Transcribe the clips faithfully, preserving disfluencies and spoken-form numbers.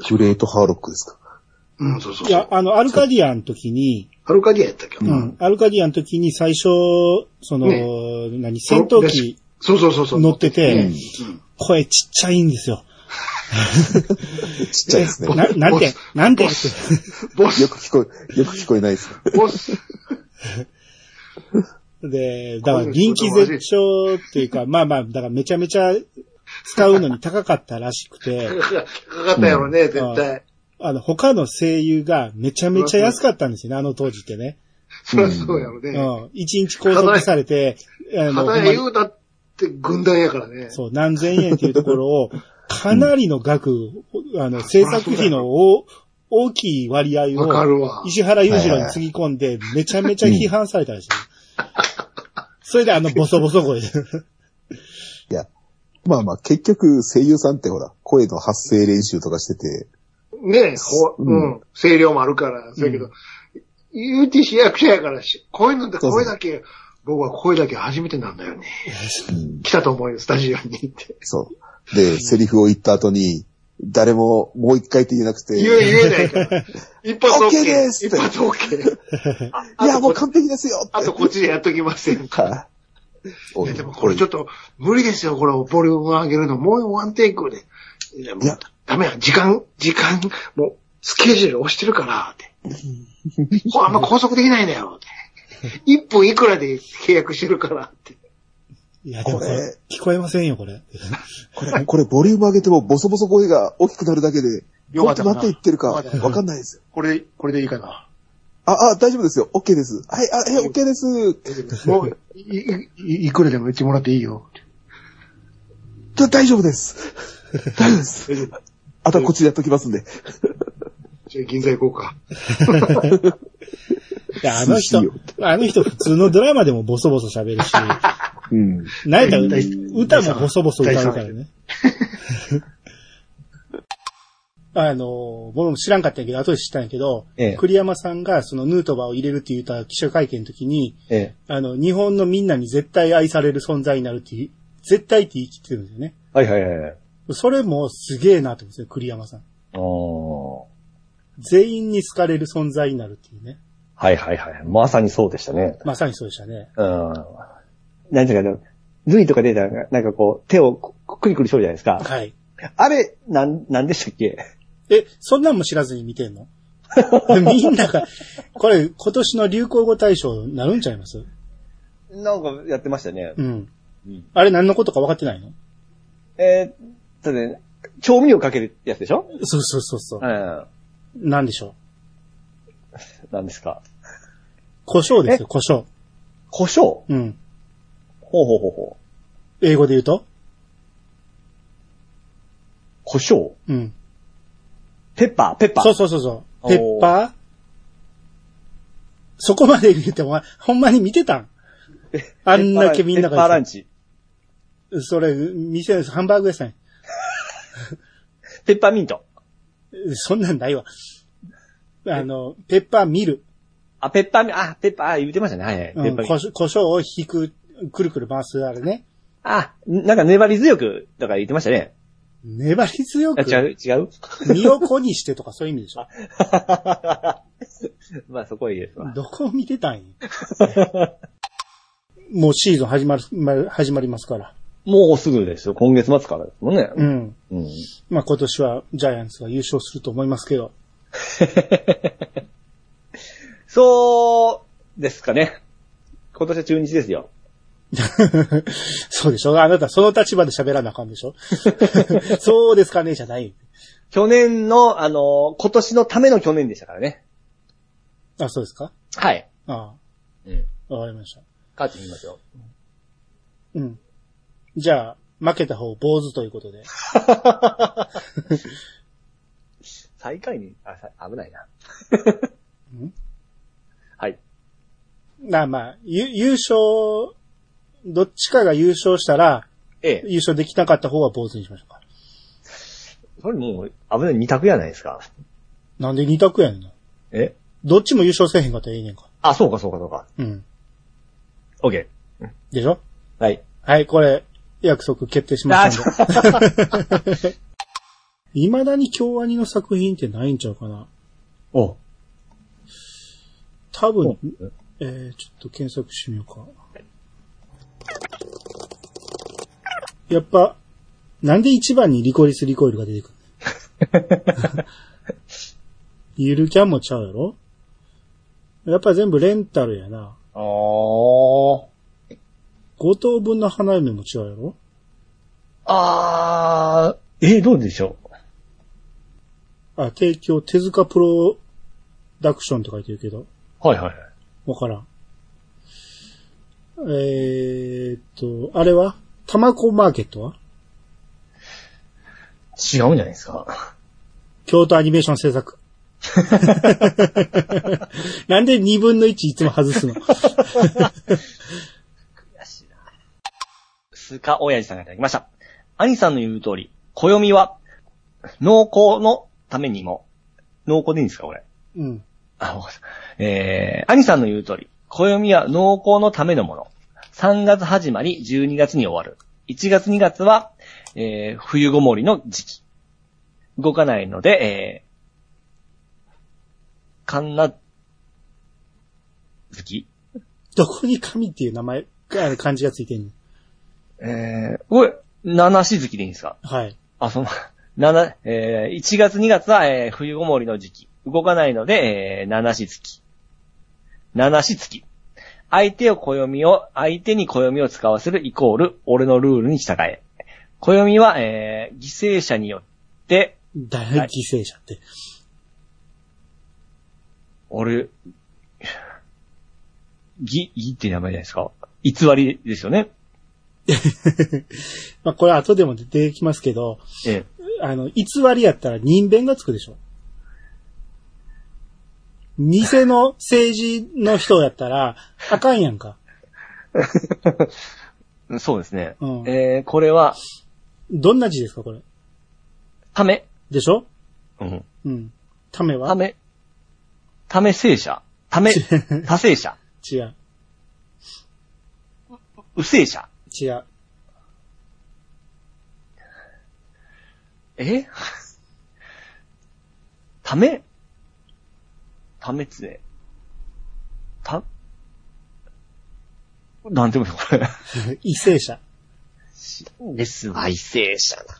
グレートハーロックですか。 うん、そうそうそう。 いや、あの、アルカディアの時に、 アルカディアやったっけ、 うん、アルカディアの時に最初、その、ね、何、戦闘機、 そうそうそうそう。 乗ってて、 うんうん、 声ちっちゃいんですよ。 ちっちゃいですね。 な、なんて、なんて、 ボス。よく聞こえ、よく聞こえないです。 ボス。 で、だから人気絶頂っていうか、まあまあ、だからめちゃめちゃ使うのに高かったらしくて。 高かったやろね、絶対。 あの、他の声優がめちゃめちゃ安かったんですよね、あの当時ってね。 そりゃそうやろね。 うん。一日拘束されて、 あの、ただ言うだって軍団やからね。 そう、何千円っていうところを、かなりの額、うん、あの、制作費の大、大きい割合を、石原裕次郎につぎ込んで、めちゃめちゃ批判されたらしい。それであの、ボソボソ声で。 いや、まあまあ、結局、声優さんってほら、声の発声練習とかしてて。 ねえ、ほうん、うん、声量もあるから、そやけど、うん、言うて市役所やからし、こういうのって声だけ、僕は声だけ初めてなんだよね。うん、来たと思うよ、スタジオに行って。 そう。で、セリフを言った後に、誰ももう一回って言えなくて。 言え、言えないから。一発 OK です。 一発 OK。 いや、もう完璧ですよ。 あとこっちでやっときませんか。いや、でもこれちょっと無理ですよ、これボリューム上げるの。もうワンテイクで。いや、もうダメや、時間、時間、もうスケジュール押してるから、って。あんま拘束できないんだよ、って。いっぷんいくらで契約してるから、って。 いや、これ、聞こえませんよ、これ。 これ、これ、ボリューム上げても、ボソボソ声が大きくなるだけで、本当なんて言ってるか、わかんないですよ。 これ、これでいいかな。 あ、あ、大丈夫ですよ。OK です。はい、あ、え、OK です。 もう、い、い、いくらでもうちもらっていいよ。 大丈夫です。大丈夫です。あとはこっちでやっときますんで。 じゃあ、銀座行こうか。 いや、あの人、あの人普通のドラマでもボソボソ喋るし、うん。なんやったら歌もボソボソ歌うからね。あの、僕も知らんかったんやけど、後で知ったんやけど、ええ、栗山さんがそのヌートバーを入れるって言った記者会見の時に、ええ、あの、日本のみんなに絶対愛される存在になるっていう、絶対って言い切ってるんですよね。 はいはいはい。 それもすげえなと思うんですよ、栗山さん。全員に好かれる存在になるっていうね。 はいはいはい。まさにそうでしたね。 まさにそうでしたね。 うん。なんていうか、ルイとか出たら、なんかこう、手をクリクリしとるじゃないですか。 はい。 あれ、なん、なんでしたっけ？ え、そんなんも知らずに見てんの？みんなが、これ今年の流行語大賞になるんちゃいます？ なんかやってましたね。 うん。うん、あれ何のことか分かってないの？ えー、だね、調味料かけるやつでしょ？ そうそうそうそう。うん。なんでしょう？何ですか？ 胡椒ですよ、胡椒。 胡椒？ うん。 ほうほうほうほう。英語で言うと？ 胡椒？ うん。 ペッパー、ペッパー。 そうそうそうそう。ペッパー？そこまで言っても、ほんまに見てたん？あんだけみんなが。 ペッパーランチ。 それ、店、ハンバーグ屋さん。 ペッパーミント。 そんなんないわ。あの、ペッパーミル。 あ、ペッパーミル、あ、ペッパー、言ってましたね。はいはい。 うん、ペッパー胡椒を引く、くるくる回すあれね。 あ、なんか粘り強く、だから言ってましたね。 粘り強く？ 違う、違う身を粉にしてとかそういう意味でしょ。 まあそこはいいですわ。 どこを見てたんや。もうシーズン始まる、始まりますから。 もうすぐですよ。今月末からですもんね。 うん。うん、まあ今年はジャイアンツが優勝すると思いますけど。 そうですかね。今年は中日ですよ。 そうでしょ？あなたその立場で喋らなあかんでしょ？そうですかねじゃない。 去年の、あの、今年のための去年でしたからね。 あ、そうですか？ はい。 ああ。うん。わかりました。 勝ってみますよ。 うん。じゃあ、負けた方坊主ということで。 最下位に、あ、危ないな。 んはい。 まあまあ、ゆ優勝、どっちかが優勝したら、 ええ、 優勝できなかった方は坊主にしましょうか。 それもう、危ない二択やないですか。 なんで二択やねんの？ えどっちも優勝せえへんかったらええねんか。 あ、そうかそうかそうか。 うん。 オッケー。でしょ？はい。 はい、 これ、約束決定しましたんで。 未だに京アニの作品ってないんちゃうかな。 お多分、えー、ちょっと検索してみようか。やっぱ、なんで一番にリコリスリコイルが出てくるゆるキャンもちゃうやろ。やっぱ全部レンタルやな。 あー。 ご等分の花嫁も違うやろ。 あー、えー、どうでしょう。あ、提供手塚プロダクションって書いてるけど。 はいはいはい。 わからん。えーっと、あれはタマコマーケットは違うんじゃないですか。 京都アニメーション制作。なんでにぶんのいちいつも外すの悔しいな。スカ親父さんがいただきました。兄さんの言う通り、暦は農耕のためにも、農耕でいいんですかこれ。 うん。 あ、えー、兄さんの言う通り、暦は農耕のためのもの。さんがつ始まり、じゅうにがつに終わる。いちがつにがつは、えー、冬ごもりの時期。動かないので、えー、かんな月どこに神っていう名前、漢字がついてんの？ えー、これ、七し月でいいんですか？ はい。 あ、その、七、えー、いちがつにがつは、えー、冬ごもりの時期。動かないので、えー、七し月。七し月。相手を暦を、相手に暦を使わせるイコール、俺のルールに従え。暦は、えー、犠牲者によって、 誰犠牲者って。 俺、ぎ、ぎって名前じゃないですか。偽りですよね。 まあ、これ後でも出てきますけど、 ええ、 あの、偽りやったら人弁がつくでしょ。偽の政治の人やったら、あかんやんか。 そうですね。 うん、 えー、これは、 どんな字ですか、これ。 ため。 でしょ？ うん。 うん。ためは？ ため。ため聖者。ため、多聖者。 違う。 う聖者。 違う。 えためためつえ。た、なんていうのこれ。 異性者。 ですわ、異性者だって。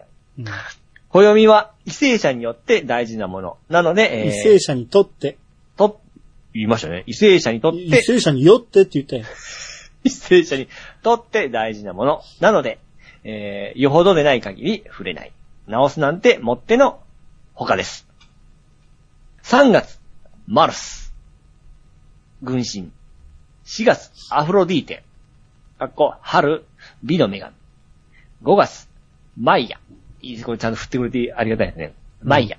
うん、 暦は異性者によって大事なもの。なので、 えー、異性者にとって。 と、言いましたね。異性者にとって。 異性者によってって言ったよ。 異性者にとって大事なもの。なので、えー、よほどでない限り触れない。直すなんてもってのほかです。さんがつ、マルス。軍神。しがつ、アフロディーテ。かっこ、春、美の女神。ごがつ、マイヤ。いいです。これちゃんと振ってくれてありがたいですね。マイヤ。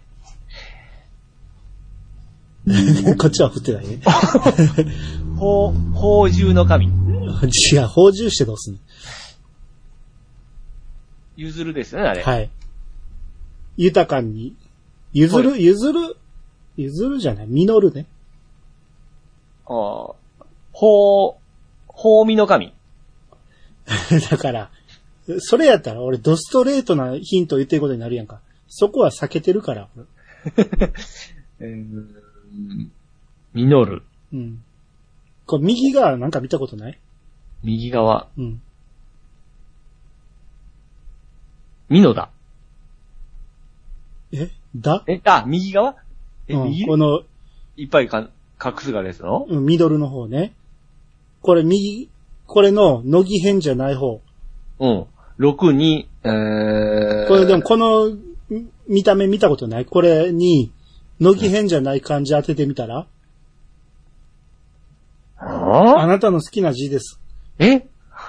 こっちは振ってないね。 宝、宝珠の神。 違う、宝珠してどうすんの？ ゆずるですよね、あれ。 はい。豊かに、ゆずる、ゆずる、ゆずるじゃない、実るね。 ああ、宝、宝美の神。 だから、それやったら俺ドストレートなヒント言ってることになるやんか。そこは避けてるから。 えー、実る。 うん。これ右側なんか見たことない？ 右側。 うん。 ミノだ。 えだえ、あ、右側え、 うん、 右この、 いっぱいか、隠すがですの？ うん、ミドルの方ね。これ右、これの、乃木編じゃない方。 うん。ろくに、えー、 これでもこの、見た目見たことない？これに、乃木編じゃない漢字当ててみたら？ うん、 あなたの好きな字です。 え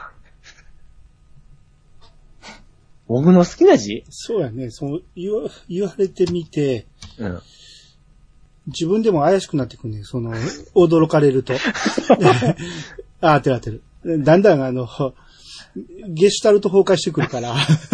僕の好きな字？ そうやね。そう言わ、言われてみて、 うん、 自分でも怪しくなってくるね。その、驚かれると。あ、当てる当てる。だんだんあの、ゲシュタルト崩壊してくるから。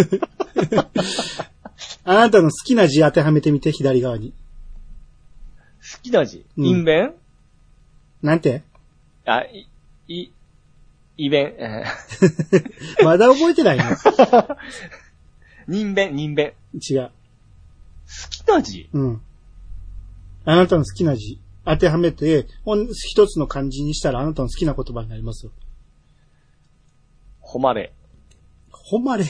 あなたの好きな字当てはめてみて、左側に。 好きな字？陰弁、うん、 なんて？ あ、い、い、い弁、えー、まだ覚えてないの？ 人弁、人弁。 違う。 きな字？ うん。あなたの好きな字。当てはめて、一つの漢字にしたらあなたの好きな言葉になりますよ。 誉れ。 誉れ。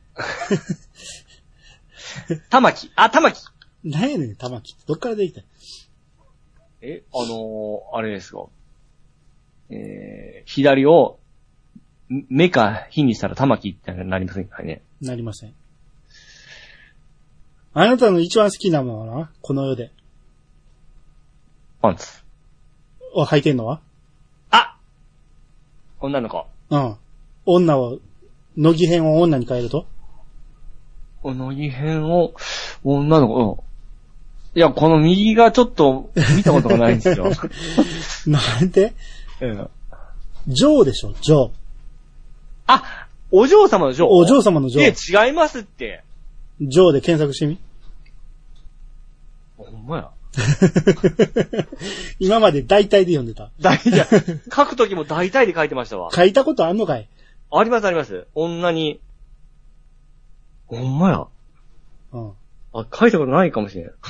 玉木。あ、玉木。 何やねん、玉木。どっから出てきた？ え、あのー、あれですよ。えー、左を、目か火にしたら玉木ってなりませんかね。 なりません。あなたの一番好きなものはな、この世で。 パンツ。 を履いてんのは？ あ！女の子。 うん。女を、乃木編を女に変えると？ 乃木編を女の子、うん。いや、この右がちょっと見たことがないんですよ。 なんで？ うん。 ジョーでしょ、ジョー。 あ、お嬢様のジョー。 お嬢様のジョー。 え、違いますって。 ジョーで検索してみ。 ほんまや。 今まで大体で読んでた。 大体、書くときも大体で書いてましたわ。 書いたことあんのかい？ ありますあります。女に。ほんまや。 うん。 あ、書いたことないかもしれん。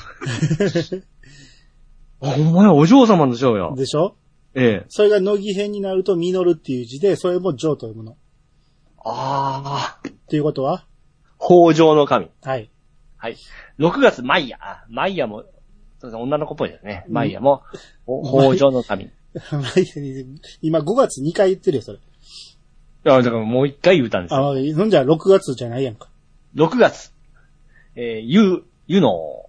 あ、ほんまや、お嬢様のジョーや。 でしょ？ ええ。 それが乃木編になると、実るっていう字で、それもジョーと読むの。 ああ。 っていうことは？ 豊穣の神。 はい。 はい。ろくがつ、マイヤ。あ、マイヤも、そうですね、女の子っぽいですね。マイヤも、豊穣の神。 今ごがつにかい言ってるよ、それ。いや、だからもういっかい言うたんですよ。 あ、そんじゃろくがつじゃないやんか。 ろくがつ。えー、ゆ、ゆの、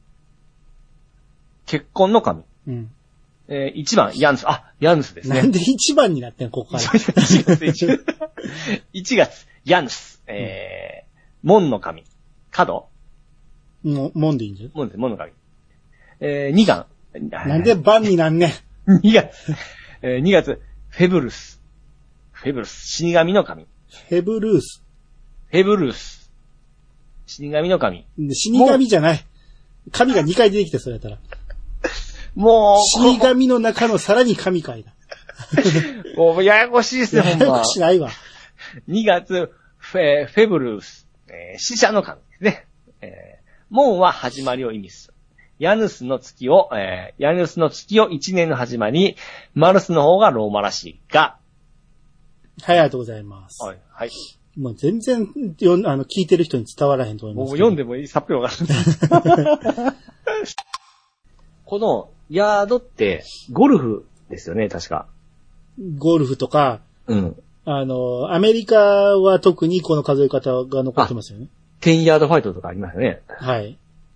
結婚の神。 うん。 えー、いちばん、ヤンス。あ、ヤンスですね。 なんでいちばんになってん、ここから。 いちがつ、いちがつ。いちがつ、ヤンス。えー、門の神。角も、門でいいんじゃん。 門です、門の神。えー、にがん。 なんで番になんねん。にがつ。えー、にがつ、フェブルス。フェブルス。死神の神。 フェブルース。 フェブルス。死神の神。 死神じゃない。神がにかい出てきて、それやったら。 もう、 死神の中のさらに神回だ。 もう、ややこしいですね、ほんま。 ややこしないわ。 にがつ、フェ、フェブルス。えー、死者の神ですね。えー、門は始まりを意味する。ヤヌスの月を、えー、ヤヌスの月をいちねんの始まり、マルスの方がローマらしいが。 はい、ありがとうございます。 はい、はい。 もう全然、よあの、聞いてる人に伝わらへんと思います。 もう読んでもいい、発表が。この、ヤードって、ゴルフですよね、確か。 ゴルフとか、 うん。 あの、アメリカは特にこの数え方が残ってますよね。 テンヤードファイトとかありますよね。 はい。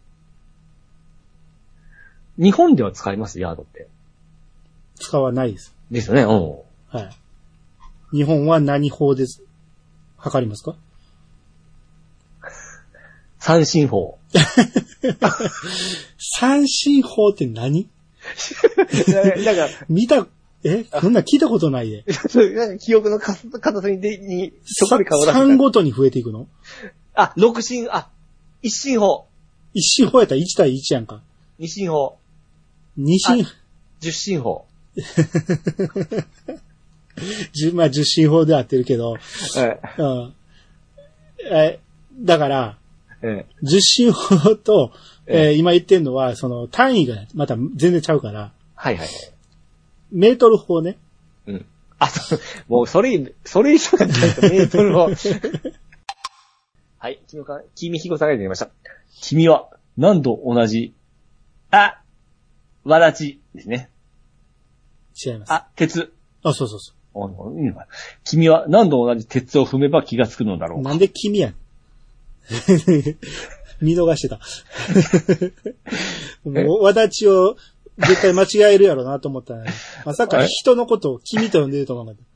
日本では使います、ヤードって。 使わないです。 ですよね、うん。 はい。日本は何法です。測りますか？ 三進法。 三進法って何？ なんか、 見た、えそんな聞いたことないで。 記憶のか片隅で、に、そこで顔出した。 三ごとに増えていくの？ あ、六進、あ、一進法。 一進法やったらいち対いちやんか。 二進法。 二進。 十進法。 十、まあ十進法で合ってるけど。はい。うん。え、だから、ええ、十進法と、えー、今言ってんのは、その単位がまた全然ちゃうから。はいはいはい。メートル法ね。 うん。あ、そう、もうそれ、それ以上だったらメートル法。はい、君か、君ひごさんが出てきました。君は何度同じ、あ、わだちですね。 違います。 あ、鉄。 あ、そうそうそう。 いいのかな。君は何度同じ鉄を踏めば気がつくのだろうか。 なんで君やん。見逃してた。もう、わだちを絶対間違えるやろなと思ったら、ね、まさか人のことを君と呼んでると思う。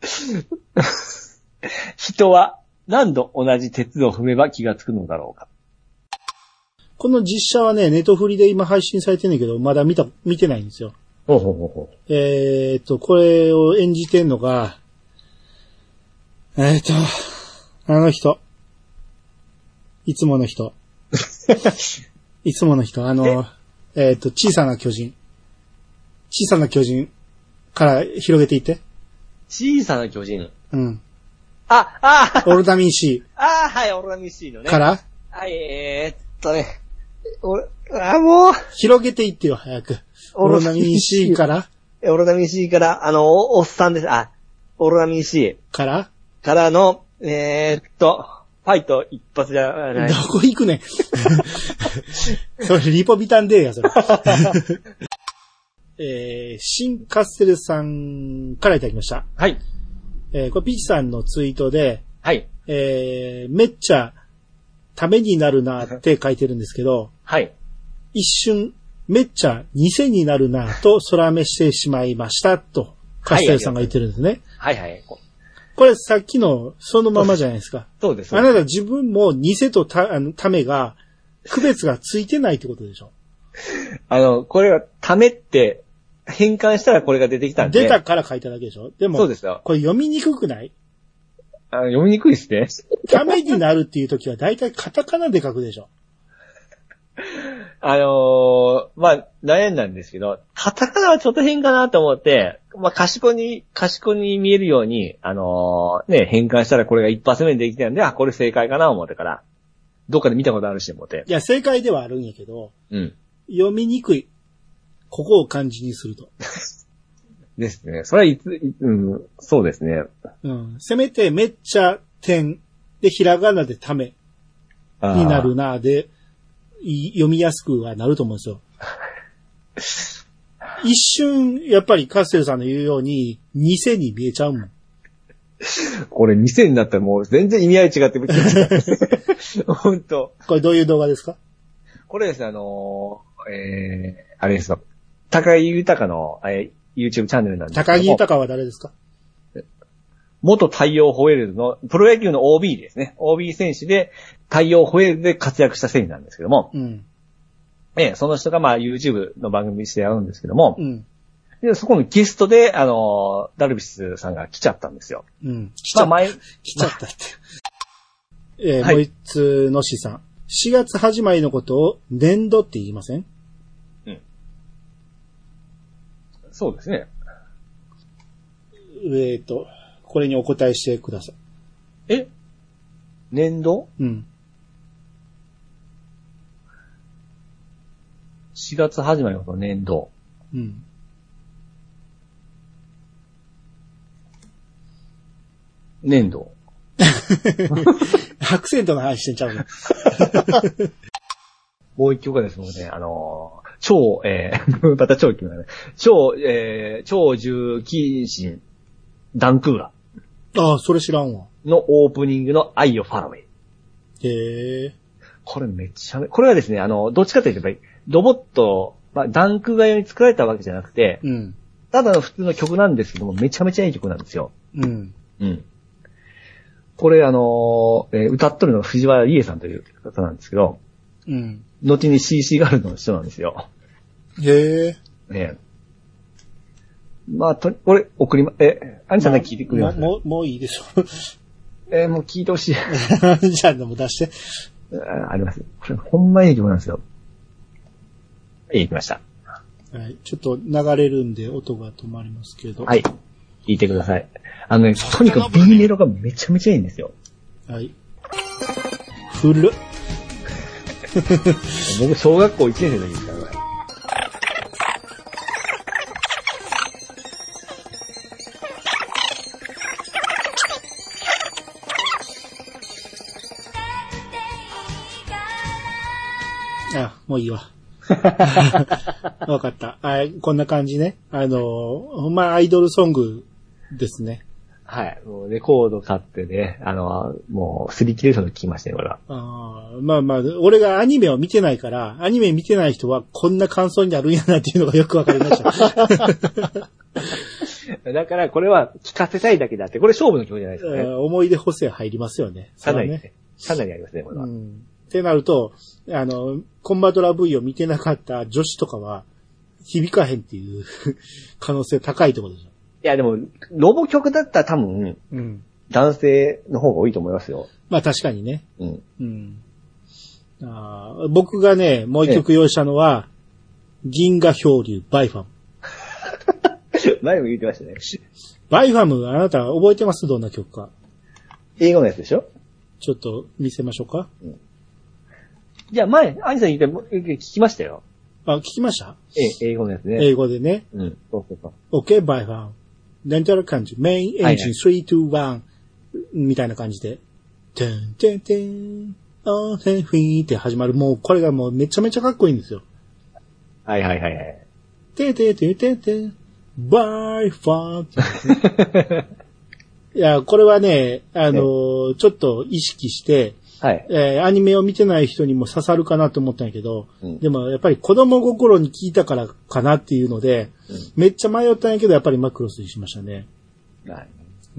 人は何度同じ鉄を踏めば気がつくのだろうか。 この実写はね、ネトフリで今配信されてんねんけど、まだ見た、見てないんですよ。 ほうほうほうほう。 えーっと、これを演じてんのが、えーっと、あの人。いつもの人。いつもの人。あの、えーっと、小さな巨人。小さな巨人から広げていって。 小さな巨人。 うん。 あ、あオルタミン C。 ああ、はい、オルタミン C のね。 からはい、えー、っとね。 俺、あ、もう。 広げていってよ、早く。オロナミン C からオロナミン C から、あの、お, おっさんです。あ、オロナミン C。 からからの、えー、っと、ファイト一発じゃない。 どこ行くねん。それ、リポビタンデーや、それ。えー、シンカッセルさんからいただきました。 はい。 えー、これピチさんのツイートで、 はい。 えー、めっちゃ、ためになるなって書いてるんですけど、 はい。 一瞬、めっちゃ偽になるなと空目してしまいました、と、カステルさんが言ってるんですね。 はいはい。 これさっきのそのままじゃないですか。 そうです。 あなた自分も偽とた、あの、ためが、区別がついてないってことでしょ。 あの、これはためって、変換したらこれが出てきたんで。 出たから書いただけでしょ。でも、 そうですよ。 これ読みにくくない？ あ、読みにくいですね。 ためになるっていうときは大体カタカナで書くでしょ。 あのー、まあ、悩んだんですけど、カタカナはちょっと変かなと思って、まあ、賢に、賢に見えるように、あのー、ね、変換したらこれが一発目にできたんで、あ、これ正解かな思ってから、どっかで見たことあるし思って。 いや、正解ではあるんやけど、 うん。 読みにくい。ここを漢字にすると。 ですね。それはいつ、うん、そうですね。 うん。せめてめっちゃ点でひらがなでためになるなで、読みやすくはなると思うんですよ。一瞬、やっぱりカッセルさんの言うように、偽に見えちゃうもん。 これ偽になったらもう全然意味合い違ってる。本当。 これどういう動画ですか？ これですね、あのー、えー、あれですよ。高木豊の、えー、YouTube チャンネルなんですけど。 高木豊は誰ですか？ 元太陽ホエールズの、プロ野球の オービー ですね。オービー 選手で、太陽ホエールズで活躍した選手なんですけども。 うん。 えその人がまあ YouTube の番組してやるんですけども。 うん。 で、そこのゲストで、あのー、ダルビッシュさんが来ちゃったんですよ。 うん。来ちゃった。まあ、前来ちゃったって。えーはい、もう一つのしさん。しがつ始まりのことを年度って言いません？ うん。そうですね。 えっと、これにお答えしてください。え？年度？ うん。 しがつ始まりのこと年度。 うん。 年度。 アクセントの話してんちゃうの？ もう一曲ですので、あのー、超、えー、また超級なね。超、えー、超重禁止ダンクーラ。 ああ、それ知らんわ。 のオープニングのアイオファロウェイ。 へえ。 これめっちゃ、これはですね、あの、どっちかというとやっぱり、ロボット、まあ、ダンクが用に作られたわけじゃなくて、 うん。 ただの普通の曲なんですけども、めちゃめちゃいい曲なんですよ。 うん。 うん。これあのーえー、歌っとるのが藤原理恵さんという方なんですけど、 うん。 後に シーシー ガールの人なんですよ。 へえ。 ねまあ、と、これ、送りま、え、アニさんが聞いてくれます、 まあ、もう、もういいでしょ。 えー、もう聞いてほしい。 じゃあ、でも出して。 あ、あります。これ、ほんまにいい曲なんですよ。はい、行きました。 はい。ちょっと流れるんで、音が止まりますけど。 はい。聞いてください。あのね、とにかく B メロがめちゃめちゃいいんですよ。 はい。古っ。 僕、小学校いちねん生の時ですから、これ。 あ、もういいわ。わかった。あ、こんな感じね。あの、ほんまアイドルソングですね。 はい。もうレコード買ってね、あの、もう、すり切れそうに聞きましたね、これは。 あまあまあ、俺がアニメを見てないから、アニメ見てない人はこんな感想になるんやなっていうのがよくわかりました。 だから、これは聞かせたいだけだって、これ勝負の曲じゃないですかね。 思い出補正入りますよね。 かなりね。かなりありますね、これは。 うん。ってなると、あの、コンバトラ V を見てなかった女子とかは、響かへんっていう可能性高いってことでしょ。 いや、でも、ロボ曲だったら多分、うん、男性の方が多いと思いますよ。 まあ確かにね。 うん。 うん。あ僕がね、もう一曲用意したのは、ええ、銀河漂流バイファム。 前も言ってましたね。 バイファム、あなた覚えてます？どんな曲か。 英語のやつでしょ？ ちょっと見せましょうか。うん、 じゃあ前、アニさん言って聞きましたよ。 あ、聞きました？ え、英語のやつね。 英語でね。 うん。そうそうそう。 OK, bye fun. レンタル感じ。メインエンジンさん、に、いちみたいな感じで。てんてんてん、おーてんふいーって始まる。もう、これがもうめちゃめちゃかっこいいんですよ。 はいはいはいはい。 てんてんてんてんてん、bye fun. いや、これはね、あのー、ちょっと意識して、はい。えー、アニメを見てない人にも刺さるかなと思ったんやけど、うん、でもやっぱり子供心に聞いたからかなっていうので、うん、めっちゃ迷ったんやけど、やっぱりマクロスにしましたね。 はい。 うん。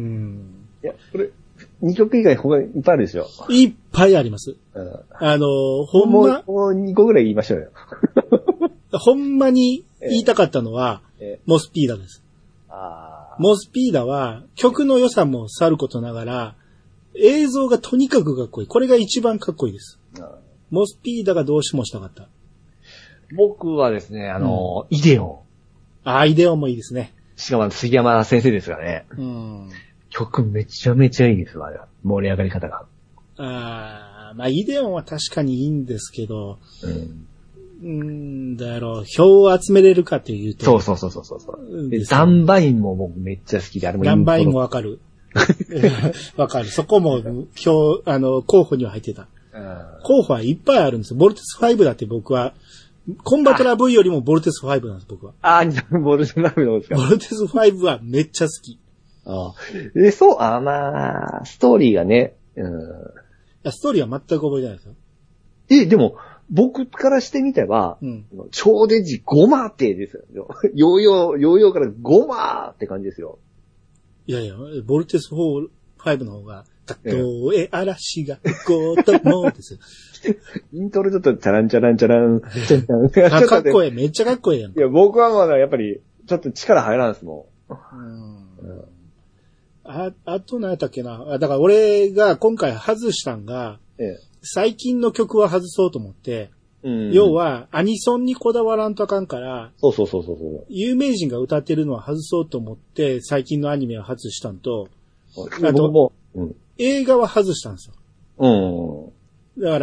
いや、これ、にきょく以外他にいっぱいあるでしょ。 いっぱいあります。うん、あのー、ほんま。 もうにこぐらい言いましょうよ。 ほんまに言いたかったのは、ええ、モスピーダです。 あモスピーダは曲の良さもさることながら、映像がとにかくかっこいい。これが一番かっこいいです。モスピーダがどうしてもしたかった。 僕はですね、あの、うん、イデオン。 ああ、イデオンもいいですね。 しかも杉山先生ですがね。 うん。 曲めちゃめちゃいいですわ、あれは。盛り上がり方が。 ああ、まあイデオンは確かにいいんですけど、うん。うんだろう、票を集めれるかっていうと。 そうそうそうそうそう。で、ダンバインも僕めっちゃ好きで、あれもいい。 ダンバインもわかる。わかる。そこも、今日、あの、候補には入ってた。候補はいっぱいあるんですよ。ボルテスファイブだって僕は、コンバトラ V よりもボルテスファイブなんです、僕は。 ああ、ボルテスファイブのですか。 ボルテスファイブはめっちゃ好き。 ああ。え、そう、あまあ、ストーリーがね、うん。いや、ストーリーは全く覚えてないですよ。 え、でも、僕からしてみては、うん、超電池ごまってですよ。ヨーヨー、ヨーヨーからごまって感じですよ。 いやいや、ボルテスファイブの方が、たとえ嵐が吹こうともですよ。 イントロちょっとチャランチャランチャラン。 あ、かっこいい。めっちゃかっこいいやん。 いや、僕はまだやっぱり、ちょっと力入らんすもん。うんうん、あ、あと何やったっけな。だから俺が今回外したんが、ええ、最近の曲は外そうと思って、うん、要はアニソンにこだわらんとあかんから、 そうそうそうそう。 有名人が歌ってるのは外そうと思って最近のアニメは外したんと、 あとも、うん、 映画は外したんですよ。 うん、 だから、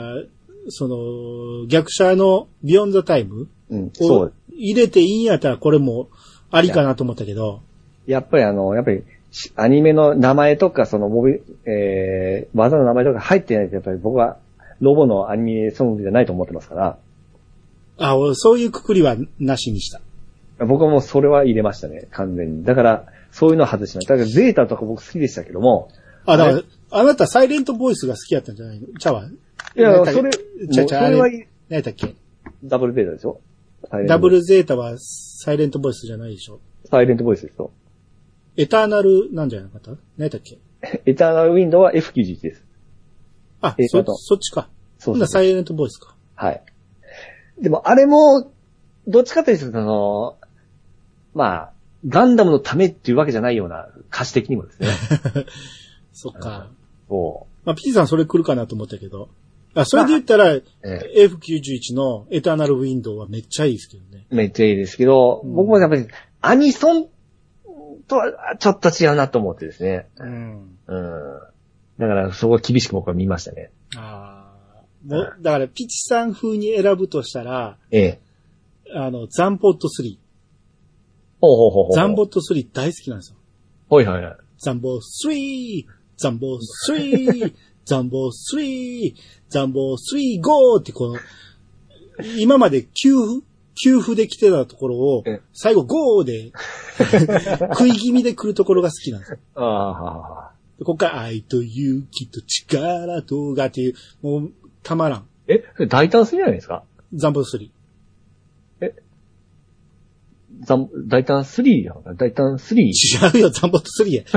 その逆者のビヨンザタイムを入れていいんやったらこれもありかなと思ったけど、 やっぱりあのやっぱりアニメの名前とかそのモビ、えー、技の名前とか入ってないとやっぱり僕はロボのアニメソングじゃないと思ってますから。 あ、そういうくくりはなしにした。 僕はもうそれは入れましたね、完全に。だから、そういうのは外しました。だからゼータとか僕好きでしたけども。 あ、だから、あなたサイレントボイスが好きやったんじゃないの？ちゃうわ。 いや、それ、 ちゃちゃ、あれ、何やったっけ？ ダブルゼータでしょ？ ダブルゼータはサイレントボイスじゃないでしょ？ サイレントボイスですよ。 エターナルなんじゃなかった？何やったっけ？ エターナルウィンドウは エフきゅうじゅういち です。 あ、そ、そっちか。そうそう。サイレントボイスか。 はい。でも、あれも、どっちかというと、その、まあ、ガンダムのためっていうわけじゃないような歌詞的にもですね。 そっか。 おまあ、P さんそれ来るかなと思ったけど。あ、それで言ったら、まあええ、エフきゅうじゅういち のエターナルウィンドウはめっちゃいいですけどね。 めっちゃいいですけど、うん、僕もやっぱり、アニソンとはちょっと違うなと思ってですね。うん。うん。だから、そこは厳しく僕は見ましたね。 ああ。もう、だから、ピチさん風に選ぶとしたら、 ええ。 あの、ザンボットスリー。 ほうほうほうほう。 ザンボットスリー大好きなんですよ。 はいはいはい。 ザンボスリー、ザンボスリー、ザンボスリー、ザンボスリーゴーってこの、今まで給付給付で来てたところを、最後ゴーで、食い気味で来るところが好きなんですよ。 ああ。 ここから愛と勇気と力とがっていう、もう、たまらん。 え、それ大胆すぎじゃないですか？ ザンボスリー。えザン、大胆スリーやん。大胆スリー？違うよ、ザンボットスリーや。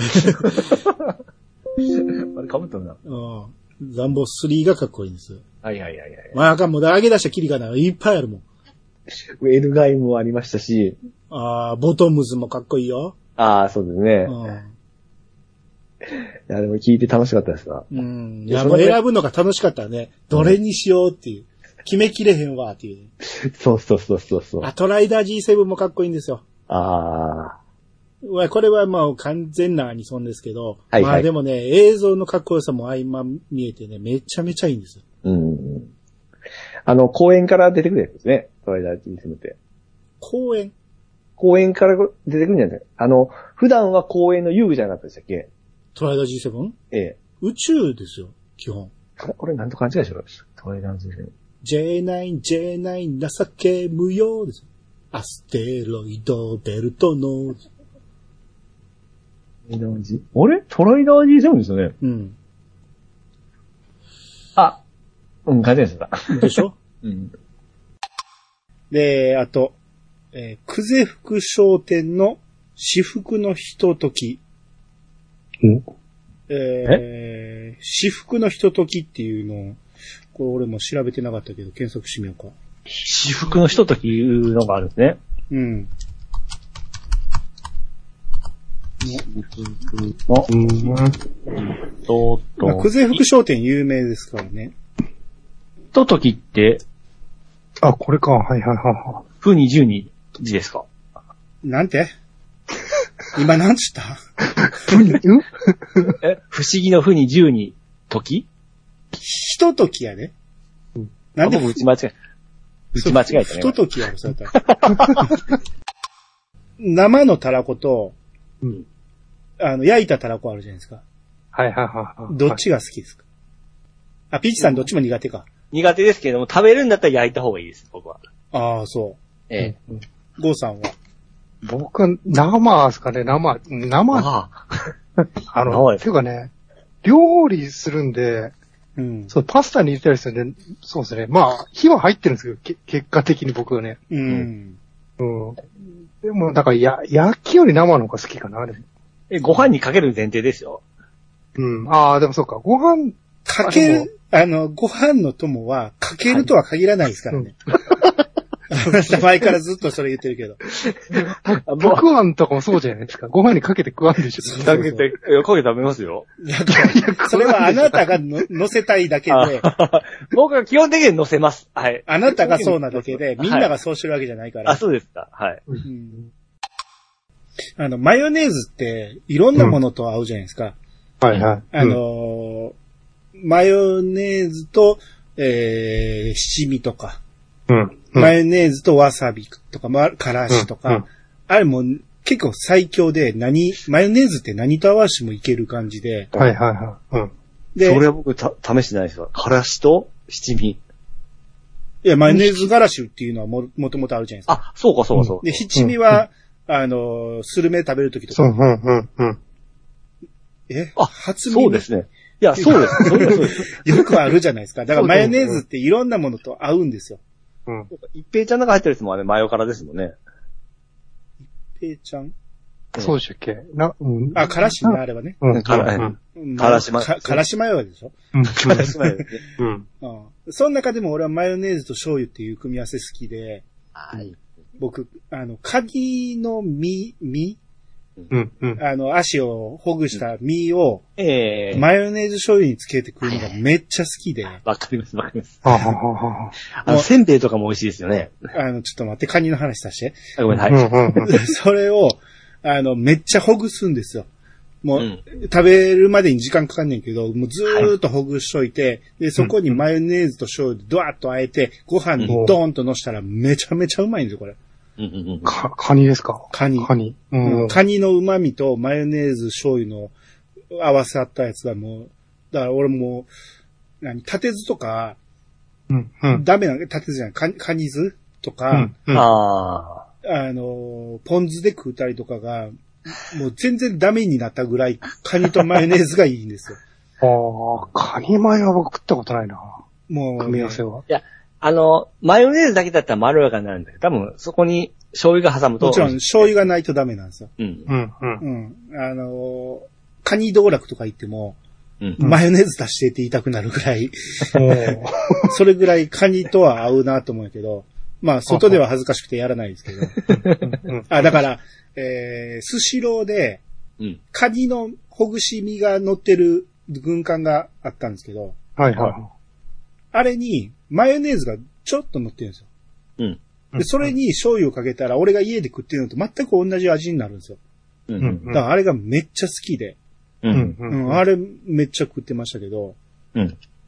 あれ被ったんだ。 うん。ザンボスリーがかっこいいんです。 はいはいはいはい。 まああかん、もう上げ出したきりがない。いっぱいあるもん。 エルガイもありましたし。 ああ、ボトムズもかっこいいよ。 ああ、そうですね。うん。いや、でも聞いて楽しかったですわ。 うん。いや、もう選ぶのが楽しかったね。どれにしようっていう。決めきれへんわっていう。 そうそうそうそうそう。 あ、トライダー ジーセブン もかっこいいんですよ。 ああ。これはまあ完全なアニソンですけど。はいはい。まあでもね、映像のかっこよさも相ま見えてね、めちゃめちゃいいんですよ。 うん。あの、公園から出てくるやつですね。トワイライト ジーセブン って。 公園公園から出てくるんじゃないですか。あの、普段は公園の遊具じゃなかったでしたっけ？ トワイライト ジーセブン？ ええ。 宇宙ですよ、基本。 これなんと勘違いしろ。トワイライト ジーセブン。 ジェイナイン、ジェイナイン 情け無用です。アステロイドベルトの。 あれトライダー ジーセブン ですよね。 うん。 あ、うん、勘違いしてた。 でしょ？ うん。 で、あと、えー、久世福商店の至福のひととき。 んえー、至福のひとときっていうのを、これ俺も調べてなかったけど、検索してみようか。 至福のひとときいうのがあるんですね。 うん。 の、うん。と、と。 まあ、久世福商店有名ですからね。 ひとときって、 あ、これか。はいはいはいはい。 ふにじゅうに字ですか？ なんて今なんつったえ不思議のふにじゅうに時？ ひとときやで。うん、なんで僕打ち間違え、打ち間違えたね。 ひとときやろ、そうやったら。生のたらこと、うん、あの、焼いたたらこあるじゃないですか。 はいはいはい。 どっちが好きですか？あ、ピーチさんどっちも苦手か。 苦手ですけれども、食べるんだったら焼いた方がいいです、僕は。 ああ、そう。 ええ。 ゴーさんは僕は生ですかね、生、生。ああ。あの、っていうかね、料理するんで、うん、そう、パスタに入れたりするんで、そうですね。まあ、火は入ってるんですけど、け結果的に僕はね。うん。うん。でも、だから、や、焼きより生の方が好きかな、あれ。 え、ご飯にかける前提ですよ。 うん。ああ、でもそうか。ご飯、 かける、あの、ご飯の友は、かけるとは限らないですからね。前からずっとそれ言ってるけど。 たくあんとかもそうじゃないですか。ご飯にかけて食わんでしょ。 かけて、いや、かけて食べますよ。 いや、それはあなたがの乗せたいだけで。 僕は基本的に乗せます。はい。 あなたがそうなだけで、みんながそうしてるわけじゃないから。 はい、あ、そうですか。はい。うん、 あの、マヨネーズって、いろんなものと合うじゃないですか。 うん、はいはい。 あのー、マヨネーズと、えー、七味とか。うん。マヨネーズとわさびとか、ま、からしとか、うんうん、あれも結構最強で、何、マヨネーズって何と合わせてもいける感じで。 はいはいはい。うん。 で、それは僕た、試してないですよ。からしと七味。 いや、マヨネーズからしっていうのはも、もともとあるじゃないですか。 あ、そうかそうかそうか。 で、七味は、うん、あの、スルメ食べるときとか。 そう、うん、うん、うん。 えあ、 初耳。 そうですね。いや、そうです。そうです、そうです。 よくあるじゃないですか。だからマヨネーズっていろんなものと合うんですよ。 うん。一平ちゃんの中入ってるやつもあれ、マヨからですもんね。 一平ちゃんそうでしたっけな、 うん。あ、からしね、あれはね。 うん、から、うん。からしマヨ。 からしマヨでしょうん。からしマヨですね。 うん。その中でも俺はマヨネーズと醤油っていう組み合わせ好きで。 はい。 僕、あの、カニの身、身うんうん、 あの、足をほぐした身を、 ええー、 マヨネーズ醤油につけて食うのがめっちゃ好きで。 わかります、わかります。 はははあの、せんべいとかも美味しいですよね。 あの、ちょっと待って、カニの話させて。 ごめんなさい。うんうん、 それを、あの、めっちゃほぐすんですよ。もう、うん、食べるまでに時間かかんねんけど、もうずーっとほぐしといて、はい、で、そこにマヨネーズと醤油でドワッとあえて、ご飯にドーンと乗したらめちゃめちゃうまいんですよ、これ。 か、カニですか？ カニ。 カニ。 うん、カニの旨味とマヨネーズ醤油の合わさったやつがもう、だから俺も、何、縦酢とか、 うんうん、 ダメなの、縦酢じゃない、カニ、カニ酢とか、 うんうん、ああの、ポン酢で食うたりとかが、もう全然ダメになったぐらい、カニとマヨネーズがいいんですよ。ああ、カニマヨは僕食ったことないな。 もう、ね、 組み合わせは。 いや、あの、マヨネーズだけだったらまろやかになるんだけど、多分そこに醤油が挟むと。 もちろん醤油がないとダメなんですよ。 うん。うん。 うん。あの、カニ道楽とか行っても、うん、マヨネーズ足してって言いたくなるぐらい、それぐらいカニとは合うなと思うけど、まあ、外では恥ずかしくてやらないですけど。あ、だから、えー、スシローで、うん、カニのほぐし身が乗ってる軍艦があったんですけど、 はいはい。 あれに、マヨネーズがちょっと乗ってるんですよ。うん。で、それに醤油をかけたら、俺が家で食ってるのと全く同じ味になるんですよ。うん。だからあれがめっちゃ好きで。うん。うん。あれめっちゃ食ってましたけど。うん。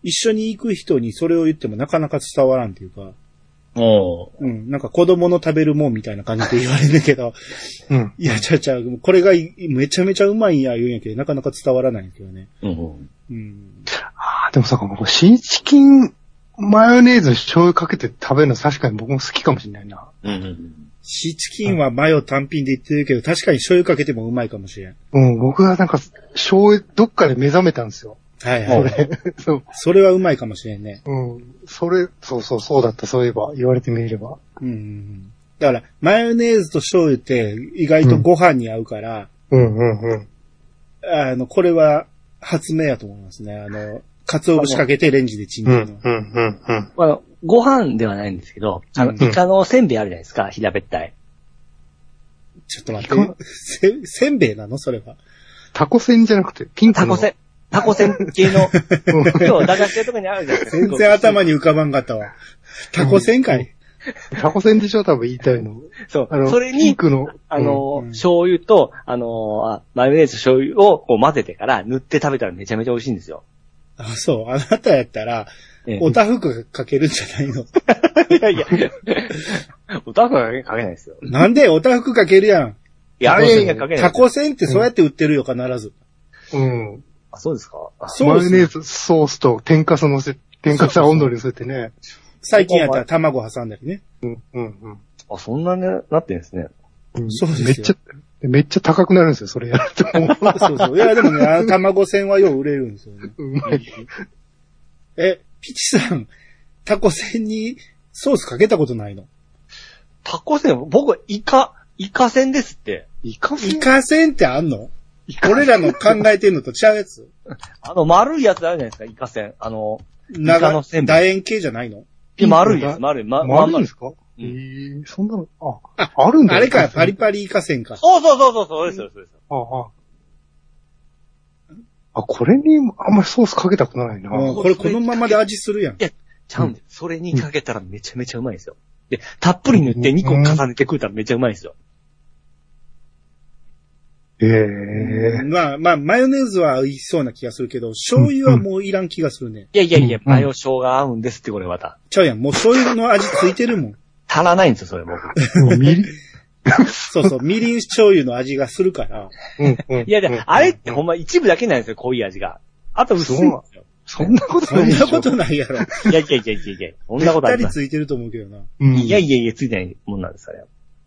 一緒に行く人にそれを言ってもなかなか伝わらんっていうか、 おうん、なんか子供の食べるもんみたいな感じで言われるけど、 うん。 いや、ちゃうちゃう、これがめちゃめちゃうまいんや言うんやけど、なかなか伝わらないんですけどね。 うん。 うん。 ああ、でもさ、僕、シーチキン、マヨネーズ醤油かけて食べるの確かに僕も好きかもしれないな。 うん。 シーチキンはマヨ単品で言ってるけど、確かに醤油かけてもうまいかもしれん。 うん、僕はなんか、醤油、どっかで目覚めたんですよ。 はいはい。 それ、そう。 それはうまいかもしれんね。 うん。それ、そうそう、そうだった、そういえば、言われてみれば。 うん。だから、マヨネーズと醤油って意外とご飯に合うから、 うん、うん、うん。 あの、これは発明やと思いますね。あの、鰹節かけてレンジでチンでるの。うん、うん、うん、うん。 あの、ご飯ではないんですけど、あの、うん、イカのせんべいあるじゃないですか、平べったい。 ちょっと待って、せ、せんべいなのそれは。 タコせんじゃなくて、ピンクの。 タコせん。タコせん系の、今日、駄菓子屋とかにあるじゃないですか。 全然頭に浮かばんかったわ。タコせんかい、 うん、タコせんでしょ多分言いたいの。 そう。 あのそれに、 ピンクの、 あの、うん、醤油と、あの、マヨネーズ醤油をこう混ぜてから塗って食べたらめちゃめちゃ美味しいんですよ。 あ、そう。あなたやったら、ええ、おたふくかけるんじゃないの？ いやいや、おたふくかけないですよ。 なんでおたふくかけるやん。 いや、あれがかけない。 タコせんってそうやって売ってるよ、必ず。 うん。 あ、そうですか？ マヨネーズソースと天かす乗せ、天かす温度に乗せてね。 最近やったら卵挟んだりね。 うん、うん、うん。 あ、そんなね、なってんですね。 うん、そうですよ。 めっちゃ、めっちゃ高くなるんですよ、それやると。 そうそう。いや、でもね、あの卵せんはよう売れるんですよね。 うまい。 え、ピチさん、タコせんにソースかけたことないの？ タコせん、僕、イカ、イカせんですって。 イカせん？ イカせんってあんの？俺らの考えてんのと違うやつ？ あの、丸いやつあるじゃないですか、イカせん。あの、イカのせんべい。楕円形じゃないの？ いや、丸いです、丸い。ま、 丸いんですか？ええー、そんなの、あ、あ、あるんだ。 あれか、パリパリイカせんか。 そうそうそうそう、そうですよ、そうですよ。 ああ。あ、これにあんまりソースかけたくないな。 うん、これこのままで味するやん。 いや、ちゃうんです。それにかけたらめちゃめちゃうまいですよ。で、たっぷり塗ってにこ重ねて食うたらめちゃうまいですよ。 ええー。 まあまあ、マヨネーズは合いそうな気がするけど、醤油はもういらん気がするね。 いやいやいや、マヨ生姜合うんですって、これまた。 ちゃうやん、もう醤油の味ついてるもん。 足らないんですよ、それ僕。 みりんそうそう、みりん醤油の味がするから。 うんうん、 いや、であれってほんま一部だけなんですよ、濃い味が。あと薄いんですよ。 そんなことない。 そんなことないやろ。 いやいやいやいやいや、そんなことない。 ぴったりついてると思うけどな。 うん、いやいやいや、ついてないもんなんです、あれ。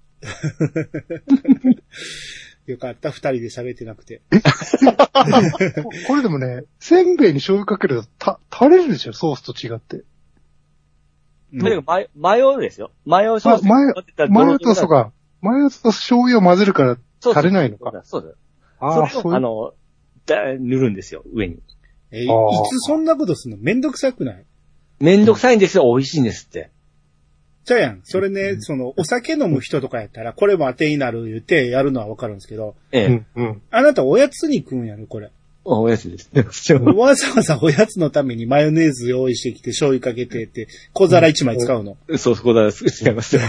よかった、二人で喋ってなくて。 これでもね、せんべいに醤油かけるとた、垂れるでしょ、ソースと違って。 とにかくマヨ、マヨですよ。マヨソース。 マヨ、マヨとそうか、マヨと醤油を混ぜるから垂れないのか。 そうです。 ああ、 そういう。あの、だ、塗るんですよ、上に。 え、いつそんなことすんの？めんどくさくない？ めんどくさいんですよ、美味しいんですって。 じゃあやん。それね、うん、その、お酒飲む人とかやったら、これも当てになる言ってやるのはわかるんですけど。 ええ。うんうん、 あなたおやつに食うんやろ、これ。 おやつですね。 わざわざおやつのためにマヨネーズ用意してきて、醤油かけてって、小皿一枚使うの。 うん、そう、小皿使いますよ。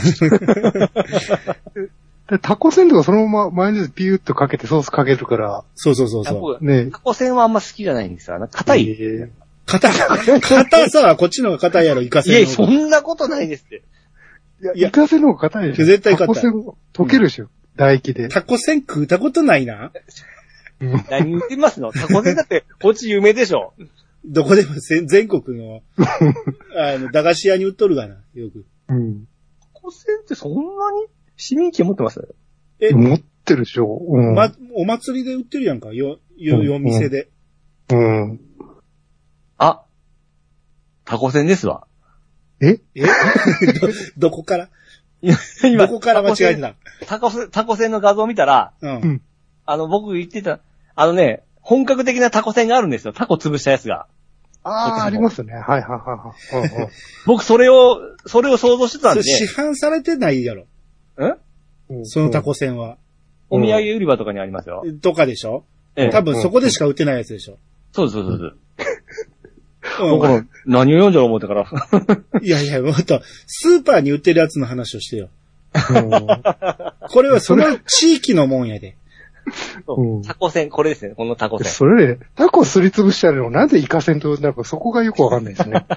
タコせんとかそのままマヨネーズピューッとかけてソースかけるから。 そうそうそうそう。ね、タコせんはあんま好きじゃないんですよ。硬い。 えー、硬い。硬さはこっちの方が硬いやろ、イカせんの。 いや、そんなことないですって。 いや、イカせんの方が硬いでしょ。 絶対硬い。 タコせん溶けるでしょ、うん、唾液で。 タコせん食うたことないな。 何言ってますの？タコせんだって、こっち有名でしょ。 どこでも全国の、あの、駄菓子屋に売っとるがな、よく。 うん。 タコせんってそんなに市民権持ってますえ、持ってるでしょ。うん。 ま、お祭りで売ってるやんか、よ、よ、よ、店で。 うん。うん、 あ、タコせんですわ。 ええど、どこから今、どこから間違えてたタコせん、タコせんの画像を見たら、 うん。 あの、僕言ってた、あのね、本格的なタコせんがあるんですよ。タコ潰したやつが。 ああ、ありますね。はいはいはいはい。 僕それを、それを想像してたんで。 それ市販されてないやろ。 んそのタコせんは。 お土産売り場とかにありますよ。 とかでしょ、 ええ、 多分そこでしか売ってないやつでしょ。 そうそうそうそう。僕も何を読んじゃろう思ってから。 いやいや、もっと、スーパーに売ってるやつの話をしてよ。これはその地域のもんやで。 うん、タコ線、これですね、このタコ線。 それで、タコすりつぶしてあるのなんでイカ線と、なんかそこがよくわかんないですね。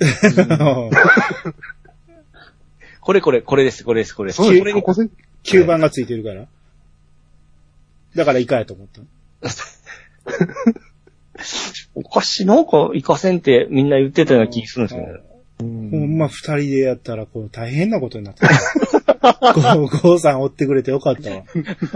これこれ、これです、これです、これです。 これに吸盤がついてるから。だからイカやと思った。 おかしい、なんかイカ線ってみんな言ってたような気するんですけどね。 ほんま二人でやったら、こう大変なことになってた。ゴーさん追ってくれてよかったわ。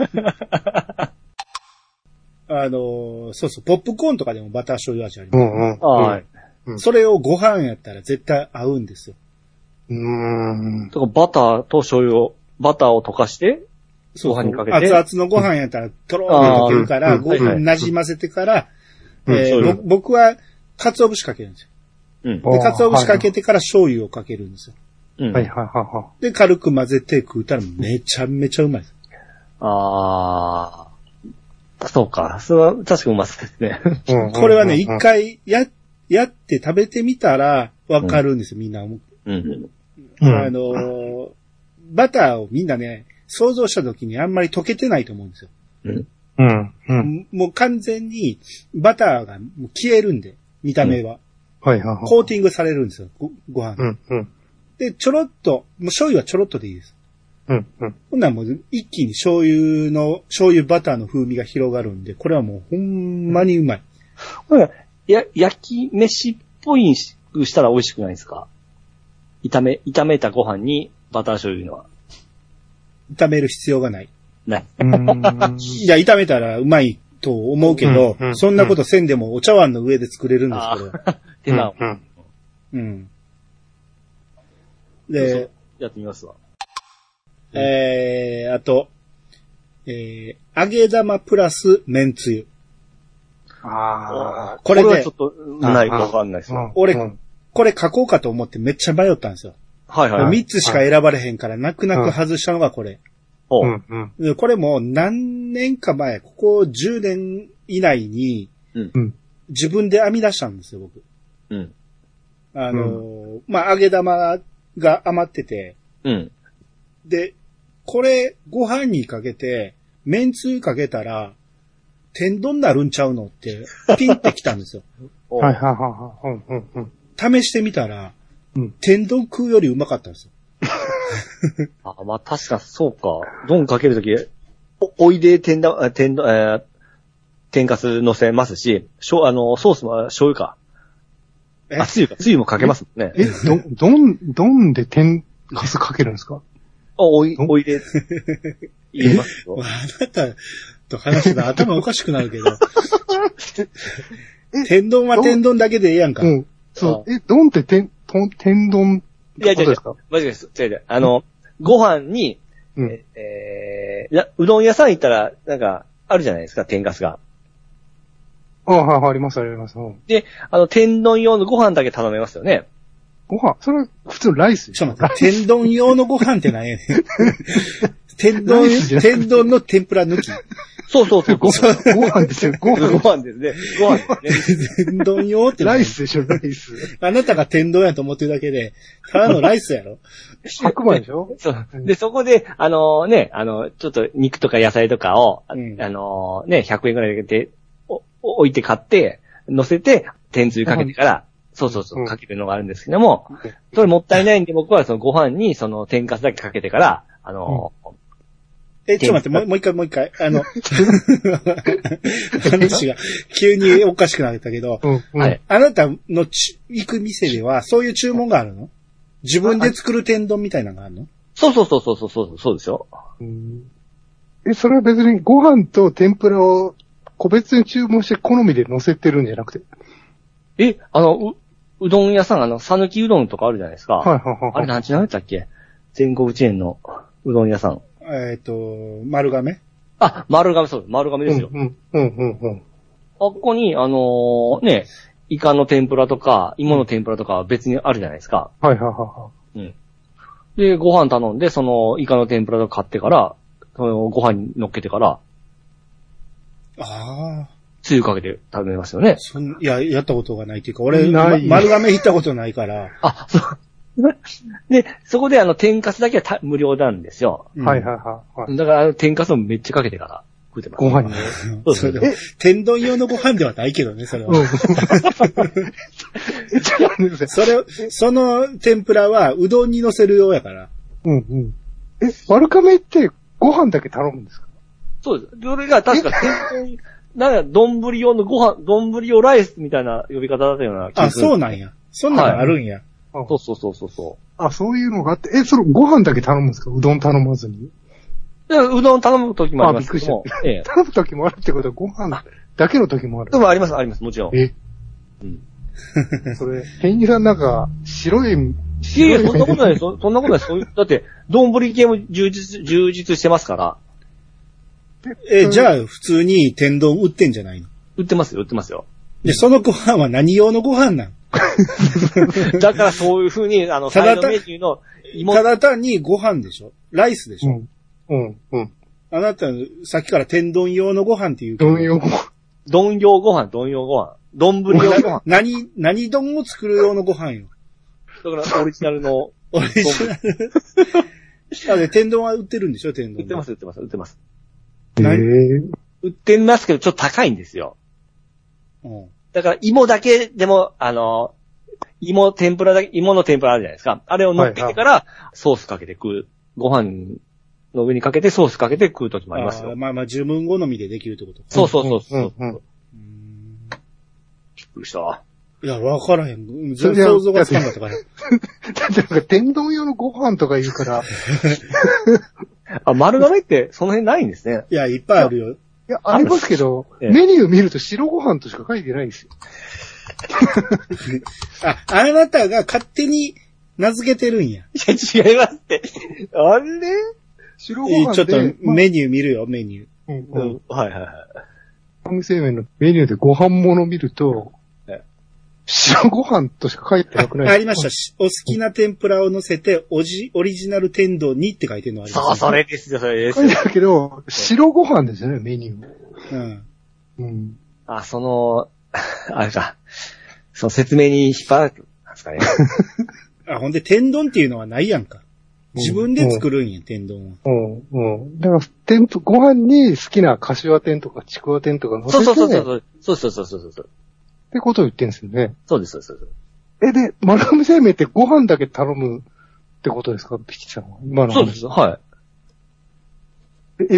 あの、そうそう、ポップコーンとかでもバター醤油味あります、ね。うんうんはい、うん。それをご飯やったら絶対合うんですよ。 うーん。だからバターと醤油を、バターを溶かして、ご飯にかけて。 熱々のご飯やったらとろーっとかけるから、ご飯馴染ませてから、えー、僕は、鰹節かけるんですよ。うん。で、鰹節かけてから醤油をかけるんですよ。うん。はいはいはいはい。で、軽く混ぜて食うたらめちゃめちゃうまいです。 あー。そうか。それは確かうまそうですね。 これはね、一回や、やって食べてみたらわかるんですよ、みんな。うん。うん。あのー、バターをみんなね、想像した時にあんまり溶けてないと思うんですよ。うん。うんうん、もう完全にバターがもう消えるんで、見た目は。うん、はいはいはい。コーティングされるんですよ、ご, ご飯、うんうん。で、ちょろっと、もう醤油はちょろっとでいいです。うんうん。ほんならもう一気に醤油の、醤油バターの風味が広がるんで、これはもうほんまにうまい。 これ、や、焼き飯っぽいにしたら美味しくないですか？炒め、炒めたご飯にバター醤油のは。 炒める必要がない。 ない。 いや、炒めたらうまいと思うけど、うんうん、そんなことせんでもお茶碗の上で作れるんですけど。手間を。うん。で、 やってみますわ。 えー、あと、えー、揚げ玉プラス麺つゆ。 ああ。これで、これはちょっと、ないかわかんないですよ。 俺、うん、これ書こうかと思ってめっちゃ迷ったんですよ。はいはい、はい。みっつしか選ばれへんから、泣く泣く外したのがこれ。うんうん、これも何年か前、ここじゅうねん以内に、自分で編み出したんですよ、僕。うん、あのー、うん、まあ、揚げ玉が余ってて、うん、で、これご飯にかけて、麺つゆかけたら、天丼になるんちゃうのって、ピンってきたんですよ。はいはいはいはい。試してみたら、うん、天丼食うよりうまかったんですよ。 あ、まあ、確かそうか。丼かけるとき、お、おいで天だ、天、えー、天かす乗せますし、しょ、あの、ソースも醤油か。あ、つゆか、つゆもかけますもんね。 え、ど、丼、丼で天かすかけるんですか？ おい、おいで。言いますよ。 あなたと話してたら頭おかしくなるけど。天丼は天丼だけでええやんか。うん。 そう。え、丼って天、天丼いや、違う違う。マジです。違う違う。あの、ご飯に、うん、えー、うどん屋さん行ったら、なんか、あるじゃないですか、天かすが。 ああ、はい、あります、あります。 で、あの、天丼用のご飯だけ頼めますよね。 ご飯それは普通のライスでしょ？ちょっと待って、天丼用のご飯って何やねん。天丼、天丼の天ぷら抜き。 そうそうそう。 ご飯ですよ、ご飯。 ご飯ですね。ご飯ですね。天丼用ってライスでしょ、ライス。 あなたが天丼やと思ってるだけで、ただのライスやろ。 白米でしょ？ そう。で、そこで、あのね、あの、ちょっと肉とか野菜とかを、うん、あのね、ひゃくえんくらいで置いて買って、乗せて、天つゆかけてから、そうそうそう、かけるのがあるんですけども、うん、それもったいないんで僕はそのご飯にその天かすだけかけてから、あの、うんえ、ちょっと待って、もう一回もう一回。あの、話が急におかしくなったけど、うんうん、はい、あなたのち行く店ではそういう注文があるの？自分で作る天丼みたいなのがあるの？ そうそうそうそうそう、そうですよ。 うん、え、それは別にご飯と天ぷらを個別に注文して好みで乗せてるんじゃなくて？ え、あの、う、うどん屋さん、あの、さぬきうどんとかあるじゃないですか。はいはいはい、はい。あれ何時なんだっけ？全国チェーンのうどん屋さん。 えっ、ー、と、丸亀？ あ、丸亀、そう、丸亀ですよ。うん、うん、うん、うん。あここに、あのー、ね、イカの天ぷらとか、芋の天ぷらとかは別にあるじゃないですか。 はいはいはいはい。うん。 で、ご飯頼んで、その、イカの天ぷらとか買ってから、その、ご飯に乗っけてから、ああ。 つゆかけて食べますよね。 そんいや、やったことがないっていうか、俺、ま、丸亀行ったことないから。 あ、そう。で、そこであの、天かすだけはた無料なんですよ。 はいはいはい。 だから、あの、天かすをめっちゃかけてから食うてます。 ご飯に。 そうそう。天丼用のご飯ではないけどね、それは。うん、それ、その天ぷらはうどんに乗せる用やから。 うんうん。え、丸亀ってご飯だけ頼むんですか？ そうです。それが確か天丼、なんか丼用のご飯、丼用ライスみたいな呼び方だったような気がする。 あ、そうなんや。そんなのあるんや。 はい、そうそうそうそうそう。 あ、そういうのがあって、え、それご飯だけ頼むんですか？うどん頼まずに。 うどん頼む時もありますけども。 あ、びっくりした。ええ、頼む時もあるってことはご飯だけの時もある。 でもあります、あります、もちろん。 えうん。それ、店員さんなんか、白い、 いやいや、そんなことないです。そんなことないです。そういう、だって、丼系も充実、充実してますから。 え、じゃあ、普通に天丼売ってんじゃないの？ 売ってますよ、売ってますよ。 で、そのご飯は何用のご飯なん？ だからそういう風に、あの、サイドメニューの芋。ただ単にご飯でしょ？ライスでしょ？ うん、うん、うん。 あなた、さっきから天丼用のご飯って言うけど。 丼用ご飯。 丼用ご飯、丼用ご飯。丼用ご飯。 何、何丼を作る用のご飯よ。 だから、オリジナルの。 オリジナル。あれ、天丼は売ってるんでしょ？天丼。 売ってます、売ってます、売ってます。 へー。 売ってますけど、ちょっと高いんですよ。うん。だから、芋だけでも、あの、芋天ぷらだけ、芋の天ぷらあるじゃないですか。あれを乗っけてから、ソースかけて食う。ご飯の上にかけてソースかけて食うときもありますよ。 あまあまあ、自分好みでできるってことか。 そうそうそうそう。うんうんうん、びっくりした。 いや、わからへん。全然想像がつかんかったから。だってなんか天丼用のご飯とか言うから。 あ、丸亀ってその辺ないんですね。 いや、いっぱいあるよ。 いや、ありますけど、メニュー見ると白ご飯としか書いてないんですよ。 あ、あなたが勝手に名付けてるんや。 いや、違いますって。あれ白ご飯で。 ちょっとメニュー見るよ、メニュー。 うんうん、はいはいはい。 番組製麺のメニューでご飯もの見ると、白ご飯としか書いてなくないですか？ あ, ありました。お好きな天ぷらを乗せて、おじ、オリジナル天丼にって書いてるのあります、 ね。そう、それですよ、それですよ。 書いてあるけど、白ご飯ですよね、メニュー。 うん。 うん。 あ、その、あれか。その説明に引っ張られてるんですかね。 あ、ほんで天丼っていうのはないやんか。自分で作るんや、うん、天丼は。 うん、うん。だから、天ぷ、ご飯に好きな柏天とかちくわ天とか乗せて、 そうそうそうそう。そうそうそうそうそう。 ってことを言ってるんですよね。 そうです、そうです。 え、で、丸亀製麺ってご飯だけ頼むってことですか？ピチさんは。今の話。 そうです、はい。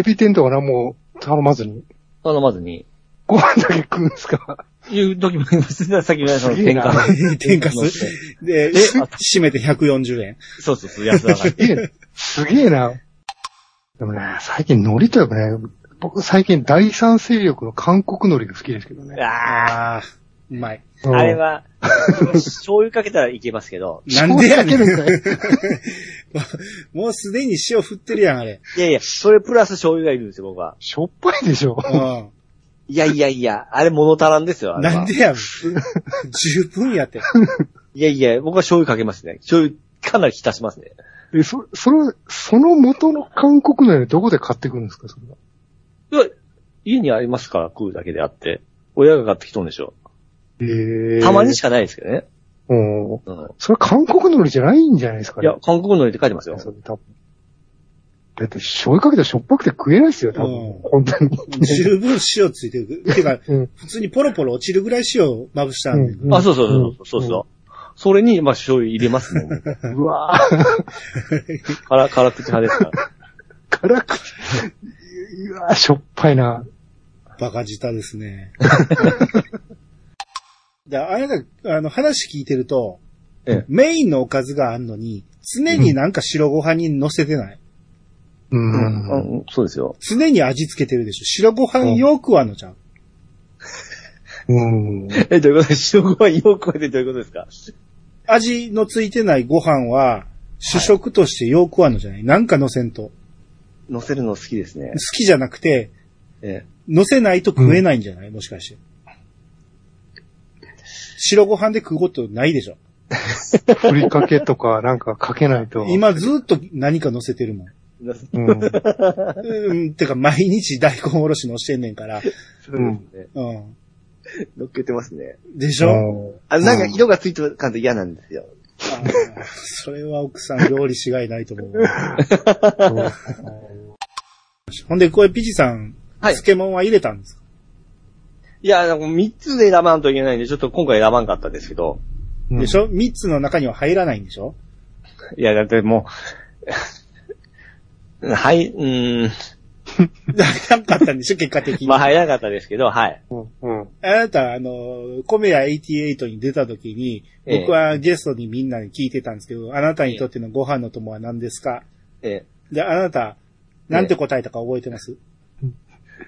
エビ天とか何も頼まずに。 頼まずに。 ご飯だけ食うんですか？ いう時もあります。さっきのその天かす。天かす。で、締めてひゃくよんじゅうえん。 そうそうそう、安上がり。 すげえな。でもね、最近海苔というかね、僕最近第三勢力の韓国海苔が好きですけどね。 ああ。うまい。 あれは、醤油かけたらいけますけど。 なんでやねん。もうすでに塩振ってるやん、あれ。 いやいや、それプラス醤油がいるんですよ、僕は。 しょっぱいでしょ。 うん。 いやいやいや、あれ物足らんですよ、あれは。 なんでやん。十分やって。 いやいや、僕は醤油かけますね。醤油かなり浸しますね。 え、そ、それ、その元の韓国のどこで買ってくるんですか、それは。 いや、家にありますから食うだけであって。親が買ってきとんでしょ。 へー。 たまにしかないですけどね。 うん。うん。それ韓国海苔じゃないんじゃないですかね。 いや、韓国海苔って書いてますよ。 それ多分。だって醤油かけたらしょっぱくて食えないですよ、多分。うん、本当に。 十分塩ついてる。てか、うん、普通にポロポロ落ちるぐらい塩まぶしたんで、 うん。あ、そうそうそう、そうそう、うん。それに、まあ、醤油入れますね。 うわぁ。 辛、辛口派ですか？ 辛口。うわぁ、しょっぱいな。 バカ舌ですね。で、あれだ、あの、話聞いてると、ええ、メインのおかずがあんのに、常になんか白ご飯に乗せてない。 うん。 うん、そうですよ。 常に味付けてるでしょ。白ご飯よくあんのじゃん。 うん。 え、どういうことですか？白ご飯よくあってどういうことですか？ 味のついてないご飯は、主食としてよくあんのじゃない、はい、なんか乗せんと。 乗せるの好きですね。 好きじゃなくて、ええ、乗せないと食えないんじゃない、うん、もしかして。白ご飯で食うことないでしょ。 ふりかけとかなんかかけないと。 今ずっと何か乗せてるもん。うん。うん、てか毎日大根おろし乗してんねんから。 そうですね。うん。乗っけてますね。 でしょ？ あの、なんか色がついてる感じ嫌なんですよ。 あそれは奥さん料理しがいないと思う。ほんで、これピチさん、 はい。漬物は入れたんですか？ いや、三つで選ばんといけないんで、ちょっと今回選ばんかったですけど。 でしょ？三つの中には入らないんでしょ？ いや、だってもう、はい、うーん。 入らなかったんでしょ結果的に。 まあ入らなかったですけど、はい。 うんうん、あなた、あの、コメヤはちじゅうはちに出た時に、僕はゲストにみんなに聞いてたんですけど、ええ、あなたにとってのご飯の友は何ですか？ええ。で、あなた、なんて答えたか覚えてます？ええ、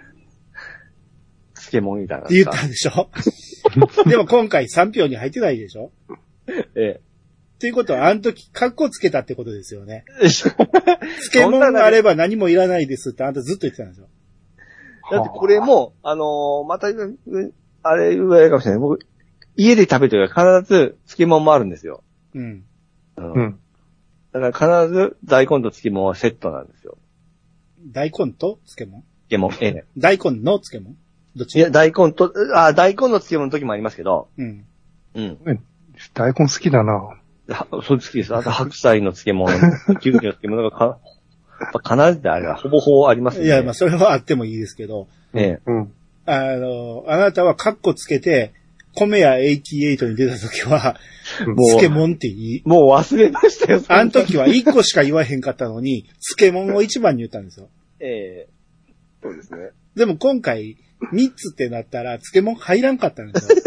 漬物みたいな。 って言ったんでしょでも今回さん票に入ってないでしょ？ええ。ということは、あの時、カッコつけたってことですよね。漬物があれば何もいらないですってあんたずっと言ってたんですよ。 だってこれも、あのー、また、あれ言われるかもしれない。僕、家で食べてるから必ず漬物もあるんですよ。うん。うん。うん、だから必ず大根と漬物はセットなんですよ。 大根と漬物？ 漬物、ええ。 大根の漬物？どっち？ いや、大根と、あ、大根の漬物の時もありますけど。うん。 うん。大根好きだな。 そう好きです。あと白菜の漬物、キュウリの漬物がか、必ずであれがほぼほぼありますね。 いや、まあそれはあってもいいですけど。ええ。うん。あの、あなたはカッコつけて、米やはちじゅうはちに出た時は、漬物っていい。 もう忘れましたよ。 あの時はいっこしか言わへんかったのに、漬物を一番に言ったんですよ。 ええ。そうですね。 でも今回、みっつってなったら、漬物入らんかったんですよ。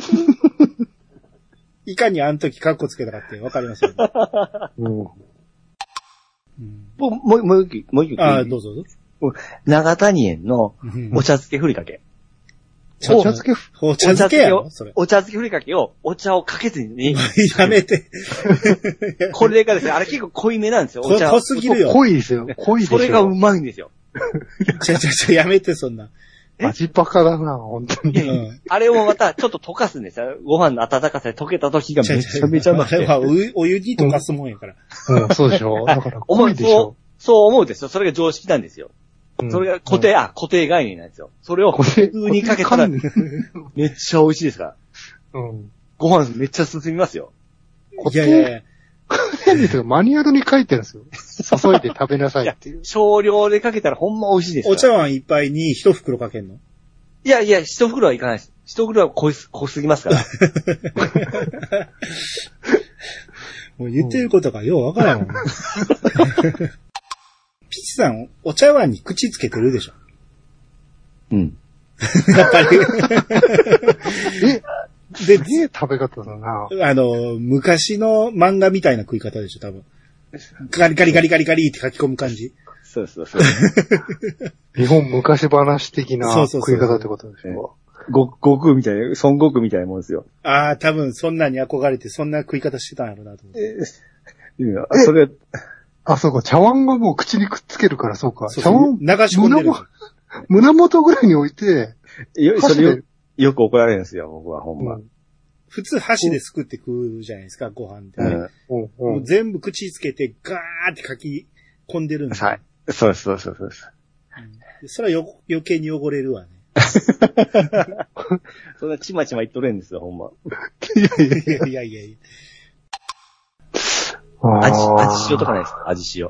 いかにあの時カッコつけたかってわかりますよね。うん。 もう、もう、もう一個、もう一個。 ああ、どうぞどうぞ。 長谷園のお茶漬けふりかけ。 お茶漬けお茶漬けやろそれ。 お茶漬けふりかけを、お茶をかけずに。 やめて。 これがですね、あれ結構濃いめなんですよ。お茶。 濃すぎるよ。 濃いですよ。濃いですよ。 それがうまいんですよ。 ちゃちゃちゃ、やめて、そんな。 味バカだな、本当に。 うん、あれをまたちょっと溶かすんですよ。ご飯の温かさで溶けた時がめちゃめちゃうまくて。 あれはお湯に溶かすもんやから。 うん、そうでしょ。だから濃いでしょ。 そう思うですよ。それが常識なんですよ。うん、それが固定、うん、あ、固定概念なんですよ。それを普通にかけたらめっちゃ美味しいですから。うん。ご飯めっちゃ進みますよ。 いやいやいや。 マニュアルに書いてるんですよ。注いで食べなさいっていう。い少量でかけたらほんま美味しいですよ。 お茶碗一杯に一袋かけんの？ いやいや、一袋はいかないです。一袋は濃す、濃すぎますから。 もう言ってることがようわからんもん。ピチさん、お茶碗に口つけてるでしょ？うん。やっぱり。 えで、ね食べ方だな。 あの、昔の漫画みたいな食い方でしょ、多分。ガリガリガリガリガリって書き込む感じ。 そうそうそう。 日本昔話的な食い方ってことでしょ。 ご、悟空みたいな、孫悟空みたいなもんですよ。 ああ、多分そんなに憧れて、そんな食い方してたんやろうなと思って。 えー、いや、それ、あ、そうか、茶碗がもう口にくっつけるから、そうか。そうそう茶碗、 流し込んでる。 胸元ぐらいに置いて、 よ、それよ、よく怒られるんですよ、僕は、ほんま。うん、 普通箸ですくって食うじゃないですか、ご飯って、ね。うんうん、もう全部口つけて、ガーって書き込んでるんですよ。 はい。そうです、そうです、そうです。 うん、それはよ余計に汚れるわね。 そんなちまちま言っとれんですよ、ほんま。 いやいやいやいやいや。 味、味塩とかないですか？味塩。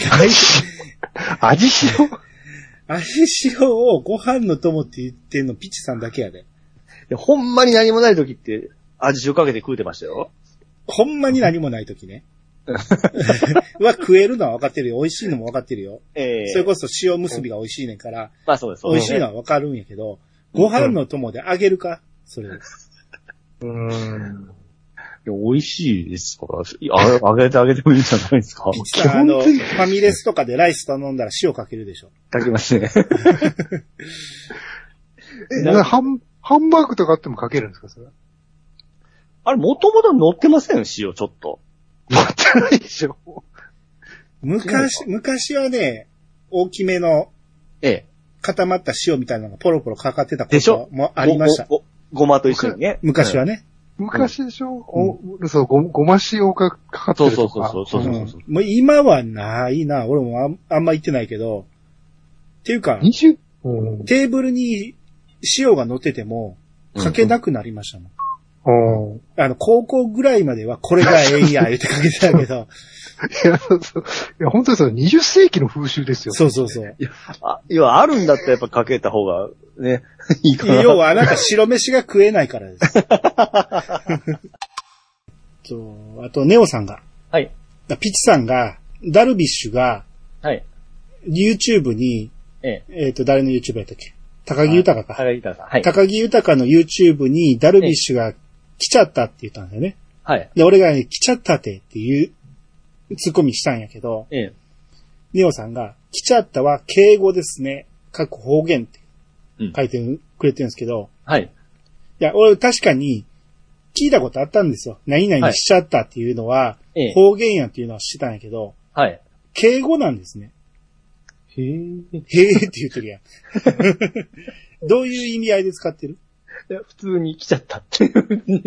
味塩味塩をご飯の友って言ってんのピチさんだけやで。いや、ほんまに何もない時って味塩かけて食うてましたよ。 ほんまに何もない時ね。は食えるのは分かってるよ。美味しいのも分かってるよ。えー、それこそ塩結びが美味しいねんから。まあそうです。美味しいのは分かるんやけど、ご飯の友であげるかそれ。うーん。いや、美味しいですから、あ、あげてあげてもいいんじゃないですか。 あの、ファミレスとかでライス頼んだら塩かけるでしょ。 かけますね。 え、ハン、ハンバーグとかあってもかけるんですかそれ？ あれ、もともと乗ってませんよ、塩、ちょっと。 乗ってないでしょ。 昔、昔はね、大きめの、ええ。固まった塩みたいなのがポロポロかかってたこともありました。 ご、ご、ごまと一緒にね。 昔はね。 昔でしょ、うん、そう、ご、ごま塩がかかってるとか。 そうそうそうそうそうそう、 うん。もう今はないな。俺も あ, あんま言ってないけど。っていうか、 にじゅう、うん、 テーブルに塩が乗ってても、かけなくなりましたもん。 あの、高校ぐらいまではこれがええんや、言ってかけてたけど。 いや、そうそう。いや、本当にそう、にじゅっ世紀の風習ですよ。 そうそうそう。 いや、あ、要はあるんだったらやっぱかけた方が、ね、いいかな。 要はあなた白飯が食えないからです。と、あと、ネオさんが。 はい。 ピチさんが、ダルビッシュが、 はい。 YouTube に、 ええ。 えっと、誰の YouTube やったっけ？高木豊か。 高木豊。はい。 高木豊の YouTube にダルビッシュが来ちゃったって言ったんだよね。 はい。 で、俺がね、来ちゃったてっていうツッコミしたんやけど、 ええ。 ネオさんが、来ちゃったは敬語ですね。かっこ方言って書いてくれてるんですけど、 うん、はい。 いや、俺確かに聞いたことあったんですよ。何々しちゃったっていうのは、はい、方言やっていうのは知ってたんやけど、 はい。 敬語なんですね。 へー。 へーって言ってるやん。どういう意味合いで使ってる？ いや、普通に来ちゃったっていう。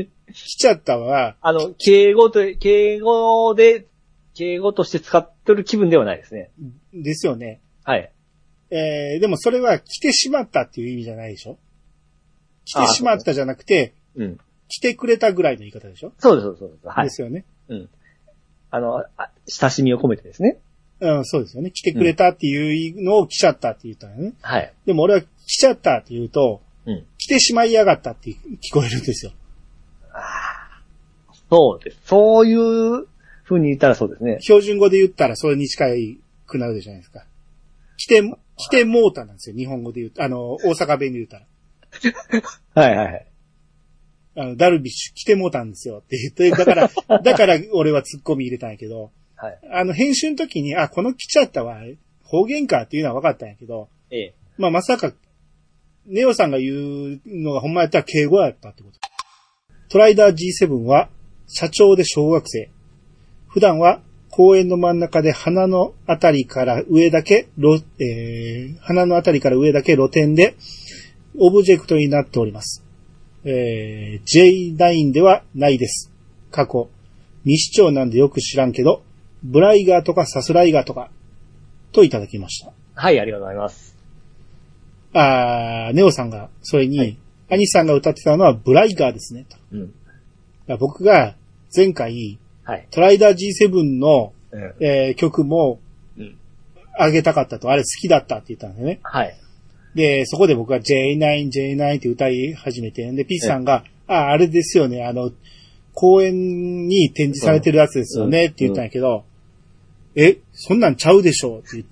来ちゃったは、 あの、敬語と、敬語で、敬語として使ってる気分ではないですね。 ですよね。 はい。 えー、でもそれは来てしまったっていう意味じゃないでしょ？来てしまったじゃなくて、うん。来てくれたぐらいの言い方でしょ？ そうです、そうです、そうです。はい。 ですよね。 うん。あの、あ親しみを込めてですね。 うん、そうですよね。来てくれたっていうのを来ちゃったって言ったよね。 はい。 でも俺は来ちゃったって言うと、うん、来てしまいやがったって聞こえるんですよ。 ああ。そうです。そういう風に言ったらそうですね。 標準語で言ったらそれに近いくなるじゃないですか。来て、来てもうたなんですよ。日本語で言うと、あの、大阪弁で言ったら。はいはいはい。 あの、ダルビッシュ来てもうたんですよって言って、だから、だから俺はツッコミ入れたんやけど、はい。あの、編集の時に、あ、この来ちゃったわ、方言かっていうのは分かったんやけど、ええ。まあ、まさか、ネオさんが言うのがほんまやったら敬語やったってこと。トライダー ジーセブン は、社長で小学生。普段は、公園の真ん中で鼻のあたりから上だけ、露えー、鼻のあたりから上だけ露天で、オブジェクトになっております。えー、ジェイナイン ではないです。過去。未視聴なんでよく知らんけど、ブライガーとかサスライガーとか、といただきました。 はい、ありがとうございます。 あー、ネオさんが、それに、はい、アニさんが歌ってたのはブライガーですね。とうん、僕が前回、はい、トライダー ジーセブン の、うんえー、曲も、あげたかったと、あれ好きだったって言ったんですよね。はい。で、そこで僕が ジェイナイン、ジェイナイン って歌い始めて、で、ピーチさんが、ああ、あれですよね、あの、公園に展示されてるやつですよね、って言ったんやけど、うん、え、そんなんちゃうでしょって言って。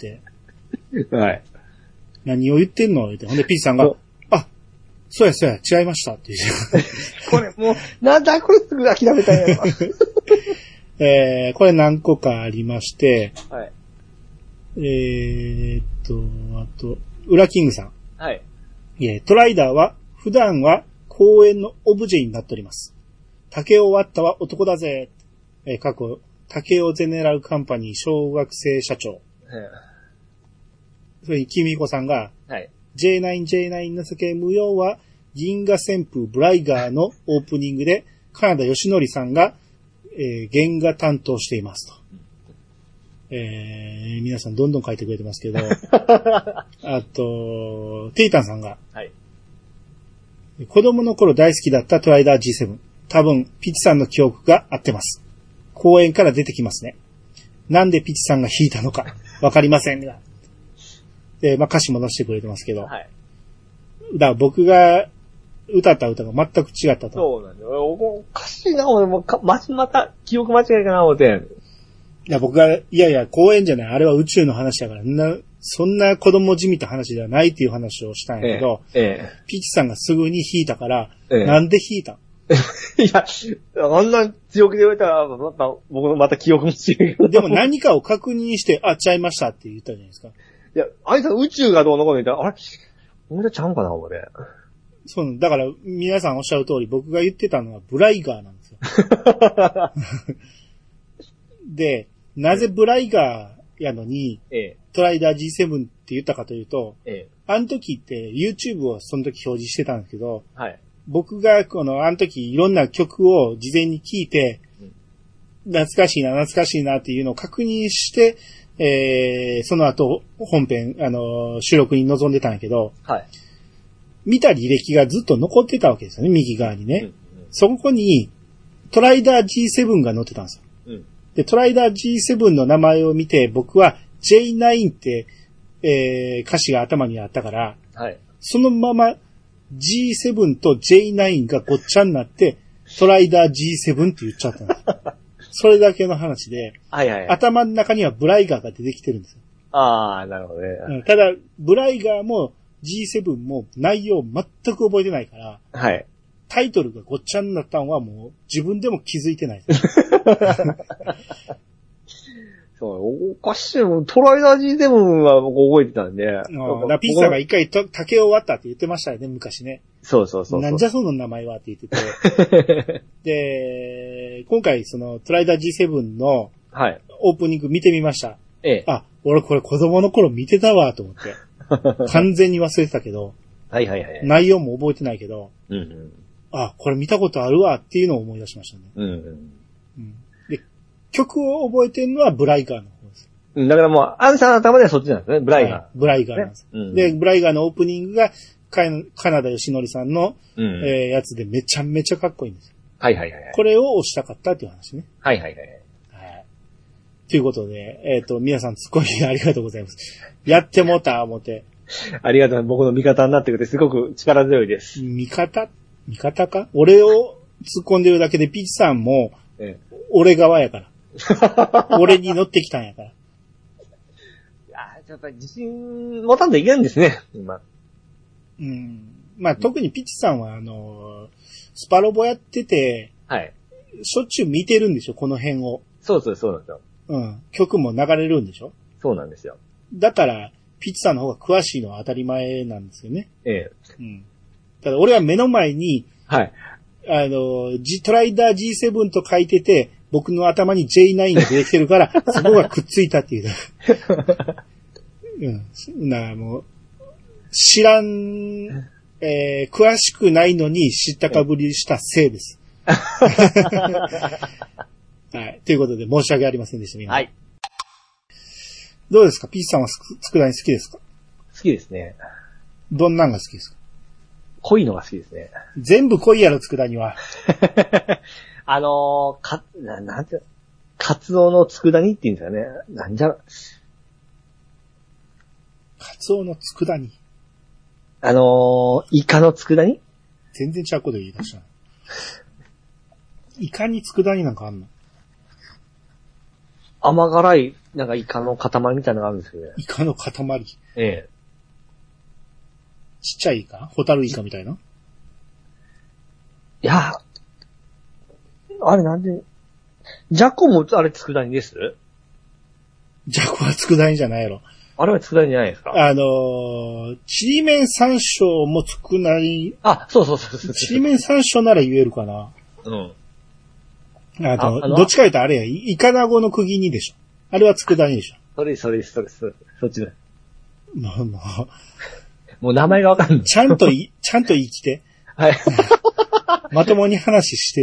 はい。何を言ってんのって。ほんで、ピーチさんが、あ、そうやそうや、違いましたって言って。 これもう、なんだこれすぐ諦めたんやろ。 えー、これ何個かありまして、 はい。 えーっと、あと、ウラキングさん。 はい。 えー、トライダーは、普段は公園のオブジェになっております。竹を割ったは男だぜ。えー、過去、竹尾ゼネラルカンパニー小学生社長。はい。それに、キミコさんが、はい。ジェイナイン、ジェイナイン の世界無用は、銀河旋風ブライガーのオープニングで、カナダヨシノリさんが、えー、原画担当していますと。えー、皆さんどんどん書いてくれてますけど、あと、テイタンさんが、はい、子供の頃大好きだったトライダー ジーセブン。多分、ピチさんの記憶が合ってます。公園から出てきますね。なんでピチさんが弾いたのか、わかりませんが。で、まあ、歌詞も出してくれてますけど、はい、だから僕が歌った歌が全く違ったと。 そうなんだよ。おかしいな、俺もか、ま、また、記憶間違いかな、思って。 いや、僕が、いやいや、公園じゃない、あれは宇宙の話だから、な、そんな子供じみた話ではないっていう話をしたんやけど、ええええ、ピーチさんがすぐに弾いたから、ええ、なんで弾いたんいや、あんな強気で言われたら、また、僕のまた記憶も違う。 でも何かを確認して、あ、ちゃいましたって言ったじゃないですか。 いや、あいつは宇宙がどうのこうの言ったら、あれ俺ちゃうんかな、俺。 そう、だから、皆さんおっしゃる通り、僕が言ってたのはブライガーなんですよ。で、なぜブライガーやのに、ええ、トライダー ジーセブン って言ったかというと、ええ、あの時って YouTube をその時表示してたんですけど、はい、僕がこの、あの時いろんな曲を事前に聴いて、うん、懐かしいな、懐かしいなっていうのを確認して、えー、その後本編、あのー、収録に臨んでたんやけど、はい、見た履歴がずっと残ってたわけですよね、右側にね。うんうん、 そこにトライダー ジーセブン が載ってたんですよ。うん、で、トライダー ジーセブン の名前を見て、僕は ジェイナイン って、えー、歌詞が頭にあったから、はい、そのまま ジーセブン と ジェイナイン がごっちゃになって、トライダー ジーセブン って言っちゃったんですよ。それだけの話で、はいはいはい、頭の中にはブライガーが出てきてるんですよ。 ああ、なるほどね、 うん。ただ、ブライガーも ジーセブン も内容全く覚えてないから、はい。タイトルがごっちゃになったのはもう自分でも気づいてないです。 そう、おかしいもん。トライダー ジーセブン は僕覚えてたんで。ああ、ピッサが一回と竹を割ったって言ってましたよね、昔ね。 そうそうそうそう。 なんじゃその名前はって言ってて。で、今回そのトライダー ジーセブン のオープニング見てみました。ええ。あ、俺これ子供の頃見てたわと思って。完全に忘れてたけど。はいはいはい。内容も覚えてないけど。うんうん。あ、これ見たことあるわっていうのを思い出しましたね。うんうん。うん、で、曲を覚えてるのはブライガーの方です。 うん、だからもう、アンさんの頭ではそっちなんですね、ブライガー。はい、 ブライガーなんです、ねうん。で、ブライガーのオープニングが、カナダヨシノリさんの、うんえー、やつでめちゃめちゃかっこいいんですよ。はいはいはい、はい。これを押したかったっていう話ね。はいはいはい。はい。ということで、えっ、ー、と、皆さんツッコミありがとうございます。やってもた、思って。 ありがとう。僕の味方になってくれてすごく力強いです。 味方味方か俺を突っ込んでるだけでピッチさんも、ええ、俺側やから。俺に乗ってきたんやから。いややっぱり自信持たんといけないんですね、今。 うん。まあ、特にピッチさんは、あの、スパロボやってて、はい。しょっちゅう見てるんでしょ、この辺を。 そうそうそうなんですよ。 うん。曲も流れるんでしょそうなんですよ。 だから、ピッチさんの方が詳しいのは当たり前なんですよね。ええ。うん。ただ、俺は目の前に、はい。あの、G、トライダー ジーセブン と書いてて、僕の頭に ジェイナイン が出てきてるから、そこがくっついたっていう。うん。な、もう、知らん、えー、詳しくないのに知ったかぶりしたせいです。はい。ということで、申し訳ありませんでした、皆さん。はい。どうですか？ピースさんは佃煮好きですか？ 好きですね。 どんなんが好きですか？ 濃いのが好きですね。 全部濃いやろ、佃煮は。 あのー、か、な、なんて、カツオの佃煮って言うんですよね。なんじゃ、 カツオの佃煮。 あのー、イカの佃煮？ 全然ちゃうこと言い出した。イカに佃煮なんかあんの？ 甘辛い、なんかイカの塊みたいなのがあるんですけどね。 イカの塊？ええ。ちっちゃいイカ？ホタルイカみたいな？いや、あれなんで、ジャコもあれ佃煮です？ ジャコは佃煮じゃないやろ。 あれは佃煮じゃないですか？ あのー、ちりめん山椒も佃煮。 あ、そうそうそうそう。 ちりめん山椒なら言えるかな。うん。あと、ああどっちか言うとあれや、イカナゴの釘煮でしょ。あれは佃煮でしょ。 それ、それ、それ、それ、そっちだ。 まあまあ。 もう名前がわかんない。 ちゃんとい、ちゃんと生きて。はい。まともに話して。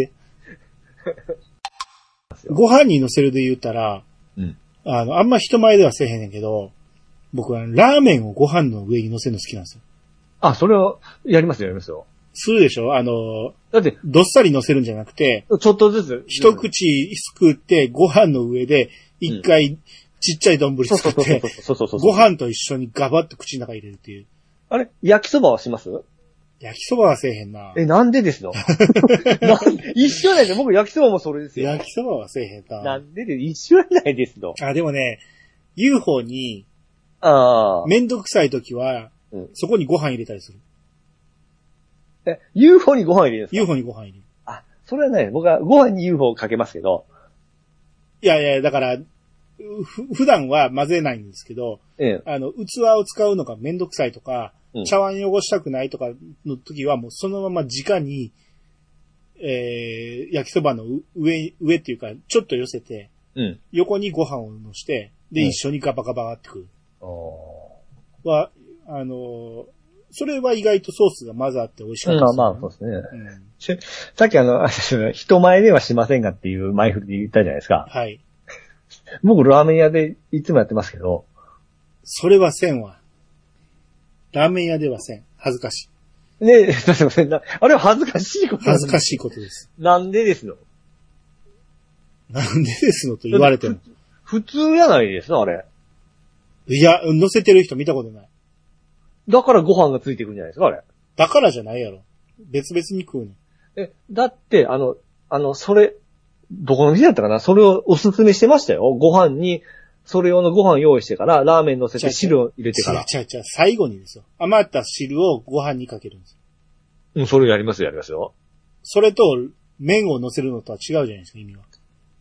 ご飯に乗せるで言ったら、うん。あの、あんま人前ではせえへんねんけど、僕はラーメンをご飯の上に乗せるの好きなんですよ。 あ、それは、やりますよ、やりますよ。 するでしょ？あの、だって、どっさり乗せるんじゃなくて、 ちょっとずつ。 一口すくって、ご飯の上で、一回、ちっちゃい丼作って、ご飯と一緒にガバッと口の中入れるっていう。 あれ焼きそばはします？ 焼きそばはせえへんな。 え、なんでですの？なん一緒なんですよ。僕焼きそばもそれですよ。 焼きそばはせえへんな。 なんでで一緒やないですの。 あ、でもね、ユーフォー に、ああ。めんどくさいときは、うん、そこにご飯入れたりする。 え、ユーフォー にご飯入れるんですか？ ユーフォー にご飯入れる。 あ、それはね、僕はご飯に ユーフォー かけますけど。 いやいや、だから、ふ、普段は混ぜないんですけど、ええ、あの、器を使うのがめんどくさいとか、うん、茶碗汚したくないとかの時はもうそのまま直に、えー、焼きそばの上、上っていうか、ちょっと寄せて、うん、横にご飯を乗して、で、うん、一緒にガバガバがってくる。は、あの、それは意外とソースが混ざって美味しかったです、ね。 まあまあ、そうですね。うん、さっきあの、人前ではしませんがっていう前振りで言ったじゃないですか。はい。僕、ラーメン屋でいつもやってますけど。 それはせんわ。ラーメン屋ではせん。恥ずかしい。 ねえ、すいません。あれは恥ずかしいこと恥ずかしいことです。 なんでですの？ なんでですのと言われても。 普通やないですの、あれ。 いや、乗せてる人見たことない。 だからご飯がついてくるんじゃないですか、あれ。 だからじゃないやろ。別々に食うねん。 え、だって、あの、あの、それ、どこの店だったかな？それをおすすめしてましたよ。ご飯に、それ用のご飯用意してから、ラーメン乗せて汁を入れてから。 違う違う違う、最後にですよ。余った汁をご飯にかけるんですよ。 うん、それやりますよ、やりますよ。 それと、麺を乗せるのとは違うじゃないですか、意味は。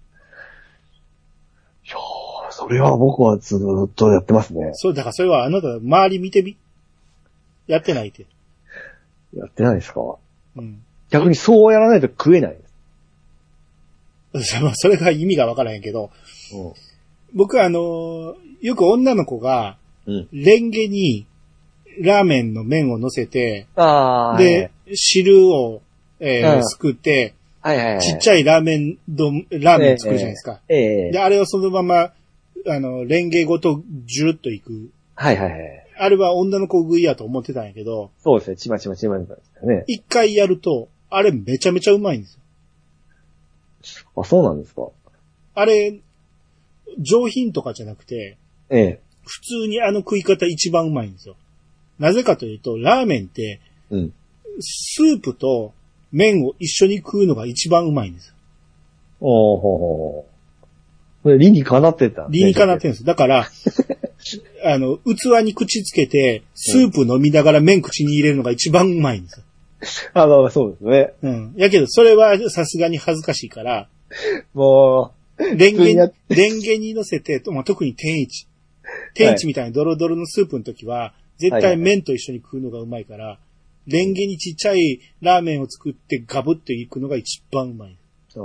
いやー、それは僕はずーっとやってますね。 そう、だからそれはあなた、周り見てみ。やってないって。 やってないですか？ うん。 逆にそうやらないと食えないです。それが意味がわからへんけど、うん、僕はあのー、よく女の子が、うん、レンゲにラーメンの麺を乗せて、あで、はい、汁を、えーうん、すくって、はいはいはい、ちっちゃいラーメン丼、ラーメン作るじゃないですか。えーえー、で、あれをそのまま、あの、レンゲごとジュルッといく。はいはいはい。あれは女の子食いやと思ってたんやけど。 そうですね。ちまちまちまちまね。 一回やると、あれめちゃめちゃうまいんですよ。あ、そうなんですか？ あれ、上品とかじゃなくて、ええ。普通にあの食い方一番うまいんですよ。なぜかというと、ラーメンって、うん、スープと麺を一緒に食うのが一番うまいんですよ。 おーほーほー。これ理にかなってた、ね。 理にかなってるんです。だから、あの、器に口つけて、スープ飲みながら麺口に入れるのが一番うまいんですよ。 あ、まあそうですね。 うん。やけど、それはさすがに恥ずかしいから、 もう、 レンゲに、レンゲに乗せて、まあ、特に天一。天一みたいにドロドロのスープの時は、絶対麺と一緒に食うのがうまいから、レンゲにちっちゃいラーメンを作ってガブッといくのが一番うまい。あ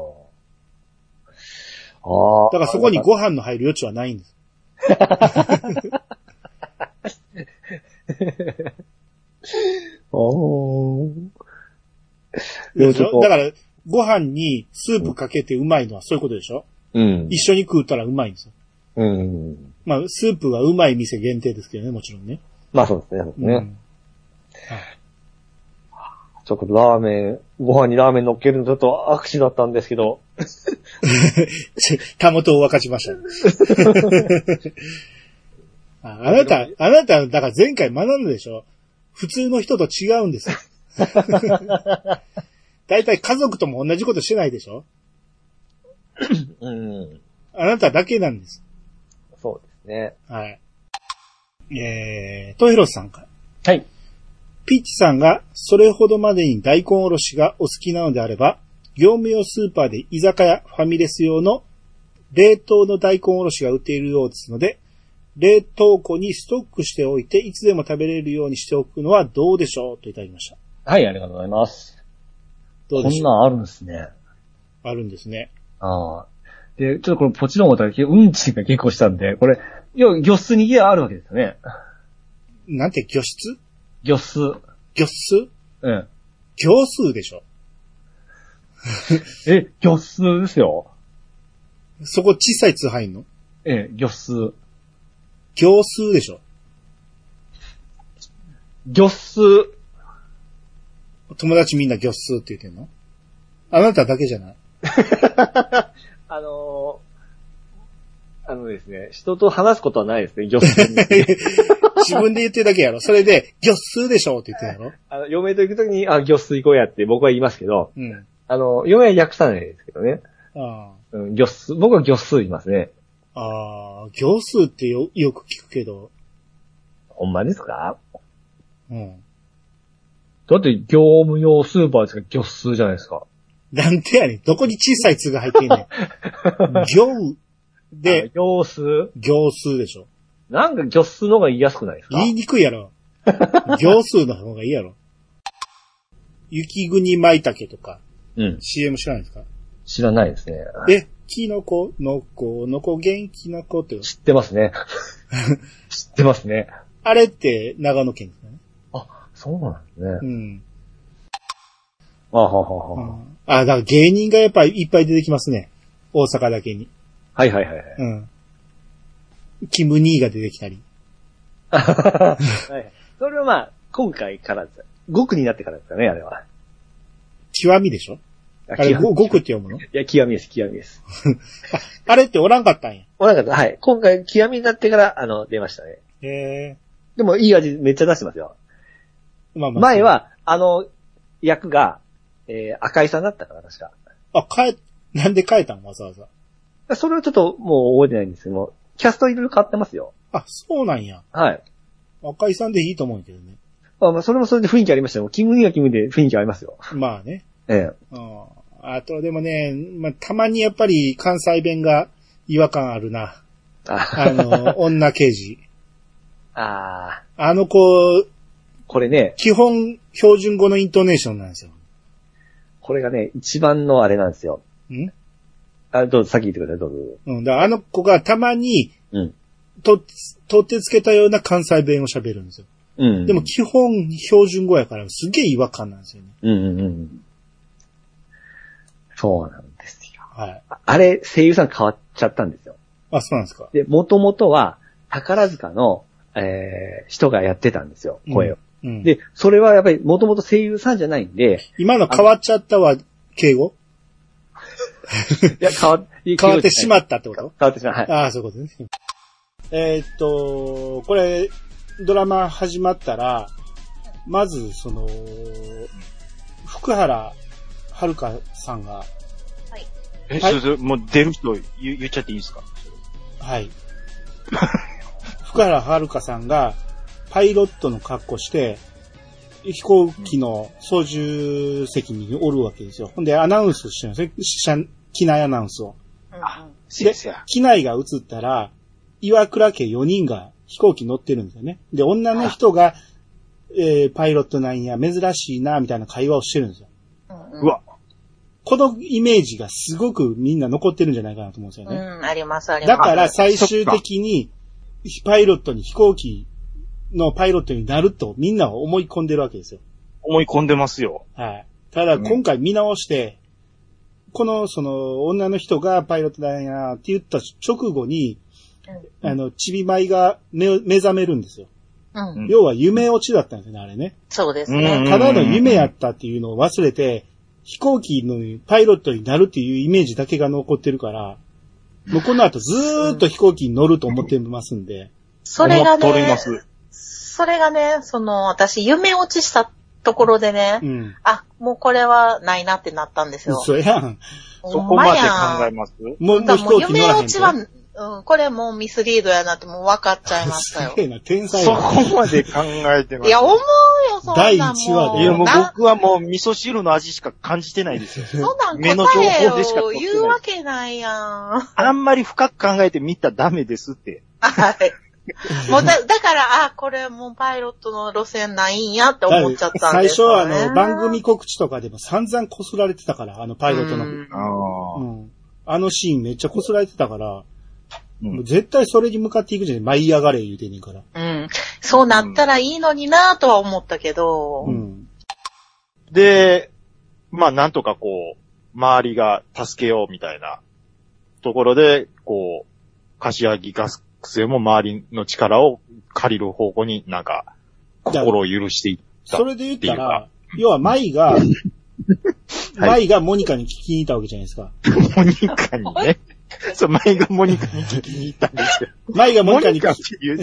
あ。だからそこにご飯の入る余地はないんです。おー。だから、ご飯にスープかけてうまいのはそういうことでしょ？うん。一緒に食うたらうまいんですよ。うん。まあ、スープはうまい店限定ですけどね、もちろんね。 まあそうですね。そうですね。うん、ちょっとラーメン、ご飯にラーメン乗っけるのちょっと握手だったんですけど。 たもとを分かちましたね。あ, あなた、あなた、だから前回学んだでしょ？普通の人と違うんですよ。だいたい家族とも同じことしてないでしょ？うん。あなただけなんです。 そうですね。 はい。えー、トヘロスさんから。 はい。 ピッチさんがそれほどまでに大根おろしがお好きなのであれば、業務用スーパーで居酒屋、ファミレス用の冷凍の大根おろしが売っているようですので、冷凍庫にストックしておいて、いつでも食べれるようにしておくのはどうでしょうといただきました。 はい、ありがとうございます。どうでしょう？こんなんあるんですね。 あるんですね。 ああ。で、ちょっとこれポチロンがうんちが結構したんで、これ、要は魚室に家あるわけですよね。 なんて魚室？ 魚室。 魚室？ うん。 行数でしょ。 え、魚室ですよ。 そこ小さい通入んの？ ええ、魚室。 行数でしょ。 魚室。 友達みんな魚室って言ってんの？あなただけじゃない？ あのー、あのですね、人と話すことはないですね、魚室に。 自分で言ってるだけやろ。それで、魚室でしょって言ってるやろ。 あの、嫁と行くときに、あ、魚室行こうやって僕は言いますけど、うん。あの、嫁は訳さないですけどね。ああ。うん、魚室、僕は魚室言いますね。 ああ、魚室ってよ、よく聞くけど。 ほんまですか？うん。だって業務用スーパーですから魚室じゃないですか。 なんてやねん。どこに小さいつが入ってんねん。魚で。 行数行数でしょ。 なんか魚数の方が言いやすくないですか？ 言いにくいやろ。行数の方がいいやろ。雪国舞茸とか。うん。シーエム 知らないですか？ 知らないですね。 え、キノコ、のこ、のこ元気な子って。 知ってますね。知ってますね。 あれって長野県ですね。 あ、そうなんですね。うん。 あははは。あ、だから芸人がやっぱりいっぱい出てきますね。大阪だけに。 はいはいはい。うん。 キム兄が出てきたり。 はい。それはまあ、今回から極になってからですかね、あれは。 極みでしょあれ、極って読むの？ いや、極みです、極みです。 あれっておらんかったんや。 おらんかった、はい。今回、極みになってから、あの、出ましたね。 へー。でも、いい味めっちゃ出してますよ。まあまあ、前は、あの、役が、えー、赤井さんだったから、確か。 あ、変え、なんで変えたのわざわざ。 それはちょっと、もう覚えてないんですけども、キャストいろいろ変わってますよ。 あ、そうなんや。 はい。 赤井さんでいいと思うけどね。 あ、まあ、それもそれで雰囲気ありましたよ。キムにはキムで雰囲気ありますよ。 まあね。 ええ。 ああと、でもね、まあ、たまにやっぱり関西弁が違和感あるな。あ, あの、女刑事。 ああ。あの子、 これね。 基本、標準語のイントネーションなんですよ。 これがね、一番のあれなんですよ。 んあ、どうぞ、先言ってください、どうぞ。 うん、だからあの子がたまに、うん。と、取ってつけたような関西弁を喋るんですよ。うん、うん。でも基本標準語やからすげえ違和感なんですよね。 うんうんうん。そうなんですよ。 はい。 あれ、声優さん変わっちゃったんですよ。 あ、そうなんですか。 で、元々は、宝塚の、えー、人がやってたんですよ、声を。うんうん、で、それはやっぱり元々声優さんじゃないんで。 今の変わっちゃったは、敬語いや、変わ、 変わってしまったってこと変わってしまった。はい。 ああ、そういうことね。えー、っと、これ、ドラマ始まったら、まず、その、福原遥さんが。はい。 え、はい、それ、もう出る人言、言っちゃっていいですか？ はい。福原遥さんが、パイロットの格好して、飛行機の操縦席におるわけですよ。ほんで、アナウンスしてるんですよ。機内アナウンスを。 あ、 で、機内が映ったら、岩倉家よにんが飛行機乗ってるんですよね。で、女の人が、えー、パイロットなんや、珍しいな、みたいな会話をしてるんですよ。 うわ。 このイメージがすごくみんな残ってるんじゃないかなと思うんですよね。 うん、あります、あります。 だから最終的に、パイロットに飛行機のパイロットになるとみんなは思い込んでるわけですよ。 思い込んでますよ。 はい。ただ今回見直して、うん、このその女の人がパイロットだなって言った直後に、うん、あの、ちびまいが 目, 目覚めるんですよ。うん、要は夢落ちだったんですよね、あれね。 そうですね。 ただの夢やったっていうのを忘れて、飛行機のパイロットになるっていうイメージだけが残ってるから、もうこの後ずーっと飛行機に乗ると思ってますんで。 それがね、それがね、その、私、夢落ちしたところでね、うん、あ、もうこれはないなってなったんですよ。 そうやん。 そこまで考えます？ もう、もう飛行機乗らへん。 夢落ちは、うん、これもうミスリードやなってもう分かっちゃいましたよ。 すげえな、天才や。そこまで考えてます。 いや、思うよ、そんなだいいちわで。 いや、もう僕はもう味噌汁の味しか感じてないですよ。 そんなん目の情報でしか言うわけないやん。 あんまり深く考えてみたらダメですって。 はい。もうだ、だから、あ、これもうパイロットの路線ないんやって思っちゃったんですよ、ね。 最初はあの、番組告知とかでも散々こすられてたから、あのパイロットの。うんあ, うん、あのシーンめっちゃこすられてたから、うん、絶対それに向かっていくじゃん。舞い上がれ言うてんねんから。 うん。そうなったらいいのになぁとは思ったけど。 うん。で、まあなんとかこう、周りが助けようみたいなところで、こう、柏木学生も周りの力を借りる方向になんか、心を許していったそれで言ったら、要は舞が、舞がモニカに聞きに行ったわけじゃないですか。 モニカにね。そう、舞がモニカに聞きに行ったんですよ。 舞がモニカに聞きに行った。モニカっていう、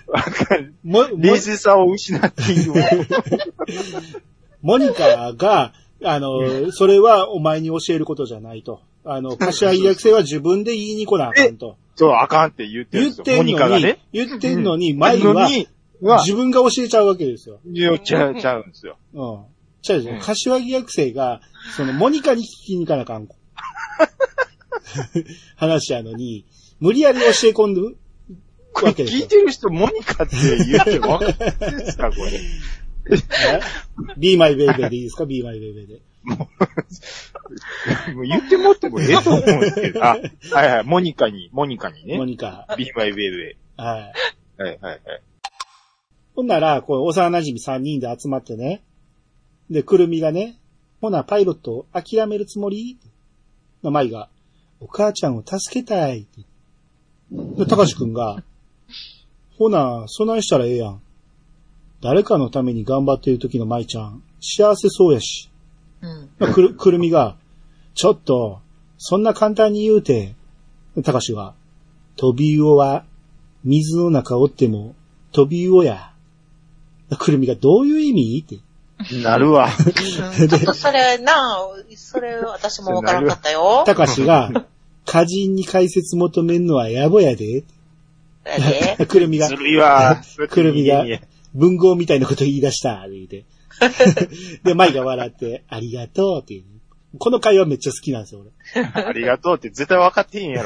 わかる。冷静さを失っている。 モニカが、あの、それはお前に教えることじゃないと。あの、柏木学生は自分で言いに来なあかんと。 そう、あかんって言ってるんですよ。 言ってんのに、モニカがね、言ってんのに、舞は、自分が教えちゃうわけですよ。 言っちゃう、ちゃうんですよ。 うん。ちゃうじゃん。柏木学生が、その、モニカに聞きに行かなあかん。話やのに、無理やり教え込んでるわけですよ。 聞いてる人、モニカって言ってわかるんですか、これ。 be my baby でいいですか ?be my baby で。 もう、もう言ってもってもええと思うんですけど。あ、はいはい、モニカに、モニカにね。 モニカ。 be my baby。 はい。 はいはいはい。 ほんなら、こう、幼馴染さんにんで集まってね。で、くるみがね、ほな、パイロット諦めるつもりの舞が、お母ちゃんを助けたいって。で、高志くんが、ほな、そないしたらええやん。 誰かのために頑張っている時の舞ちゃん、幸せそうやし。 うん。 まあ、くる、くるみが、ちょっと、そんな簡単に言うて、たかしは、飛び魚は、水の中おっても、飛び魚や。くるみがどういう意味って。 なるわ。 ちょっとそれな、それ私もわからんかったよ。 たかしが、歌人に解説求めんのは野暮やで。 やで。 くるみが、 ずるいわ。 くるみが、文豪みたいなこと言い出した、言うて。で、舞が笑って、ありがとうっていう。この会話めっちゃ好きなんですよ、俺。 ありがとうって絶対分かってへんやろ。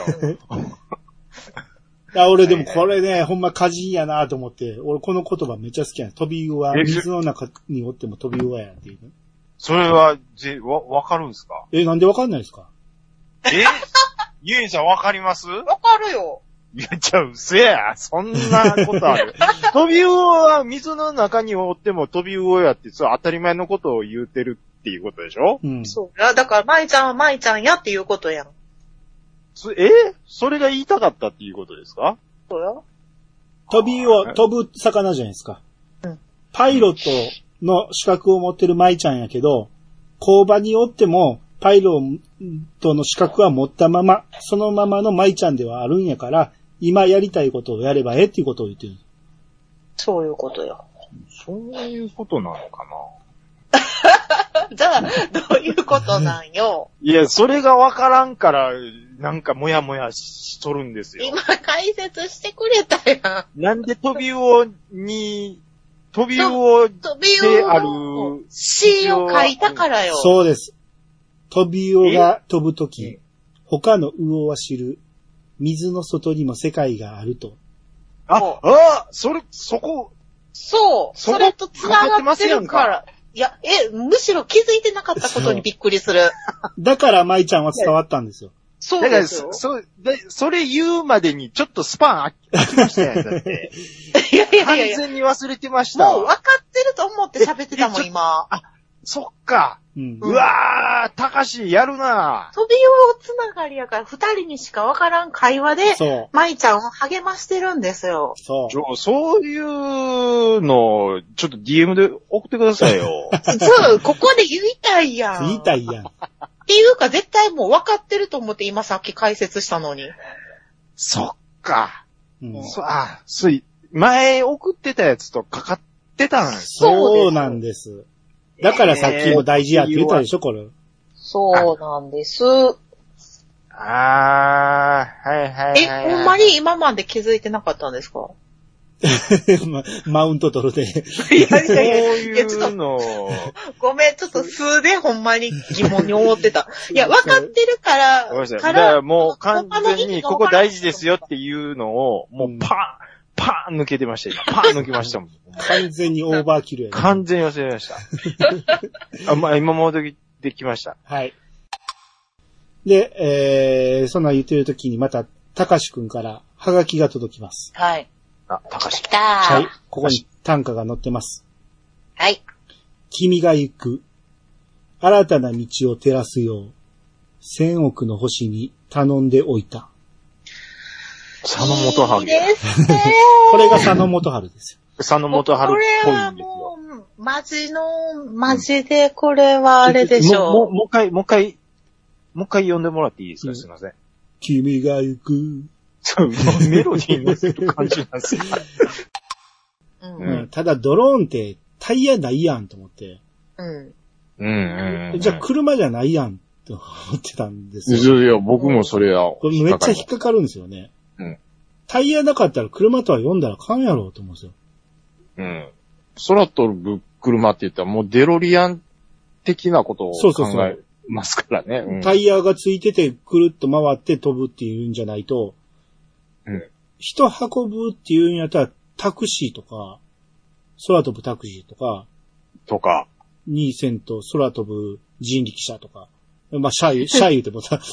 あ、俺でもこれね、ほんま歌人やなと思って、俺この言葉めっちゃ好きなんです。飛び魚は水の中におっても飛び魚やっていう。 それは、ぜ、わ、わかるんですか？ え、なんでわかんないですか？ えゆえんさんわかります？ わかるよ。 いや、じゃあ、うせや。そんなことある。飛び魚は水の中におっても飛び魚やって、それ当たり前のことを言うてるっていうことでしょ？ うん。 そう。だから、舞ちゃんは舞ちゃんやっていうことやん。 えそれが言いたかったっていうことですか？ そうよ。 飛び魚、飛ぶ魚じゃないですか。 うん。 パイロットの資格を持ってる舞ちゃんやけど、工場におっても、パイロットの資格は持ったまま、そのままの舞ちゃんではあるんやから、今やりたいことをやればええっていうことを言ってる。 そういうことよ。 そういうことなのかな？ じゃあ、どういうことなんよ。 いや、それがわからんから、なんかもやもやしとるんですよ。 今解説してくれたやん。 なんで飛び魚に、飛び魚である。 詩を書いたからよ。 そうです。飛び魚が飛ぶとき、他の魚は知る。水の外にも世界があると。 あ、あそれ、そこ。 そう。それと繋がってるから。いや、え、むしろ気づいてなかったことにびっくりする。 だから舞ちゃんは伝わったんですよ。 そうですよ。 だから、そ、そ、それ言うまでにちょっとスパン空きましたよ、だって。 いやいやいやいや。 完全に忘れてました。 もう分かってると思って喋ってたもん、今。 あ、そっか。うん、うわー、たかし、やるな。 飛び魚つながりやから、二人にしか分からん会話で、舞ちゃんを励ましてるんですよ。 そう。 そういうの、ちょっと ディーエム で送ってくださいよ。 そう、ここで言いたいやん。 言いたいやん。 っていうか、絶対もう分かってると思って今さっき解説したのに。 そっか。 うん、 そあ、そう、前送ってたやつとかかってたんです。 そうなんです。だからさっきも大事やって言ったでしょ、これ。 そうなんです。 あー、はいはいはい、はい。 え、ほんまに今まで気づいてなかったんですか？ マウント取るで。 いやいやいや、 そういうの。 ごめん、ちょっと数でほんまに疑問に思ってた。いや、分かってるから、 ごめんなさい。だからもう完全にここ大事ですよっていうのを、もうパーン、パーン抜けてました、今。パーン抜けましたもん。 完全にオーバーキルやね。 完全に忘れました。あ、まあ、今戻ってきました。 はい。で、えー、そんな言ってる時にまた、たかしくんからハガキが届きます。 はい。 あ、たかし。 来たー。 はい。ここに短歌が載ってます。 はい。 君が行く。新たな道を照らすよう。千億の星に頼んでおいた。 佐野元春。 いいですねこれが佐野元春ですよ。 佐野元春っぽいんですよ。 これはもう、マジの、マジでこれはあれでしょう。 もう、もう一回、もう一回、もう一回読んでもらっていいですか、うん、すいません。 君が行く。 そう、メロディーのせる感じなんですよ。 うんうん、ただドローンってタイヤないやんと思って。 うん。 うんうんうん、 じゃあ車じゃないやんって思ってたんですよ。 いやいや、僕もそれは。 これめっちゃ引っかかるんですよね。 うん。 タイヤなかったら車とは読んだらあかんやろうと思うんですよ。 うん。空飛ぶ車って言ったらもうデロリアン的なことを考えますからね。うん、 タイヤがついててくるっと回って飛ぶっていうんじゃないと、 うん、 人運ぶっていうんやったらタクシーとか、空飛ぶタクシーとか、 とか、 にせんと空飛ぶ人力車とか、まあ、シャイ、シャイ言うてもさ。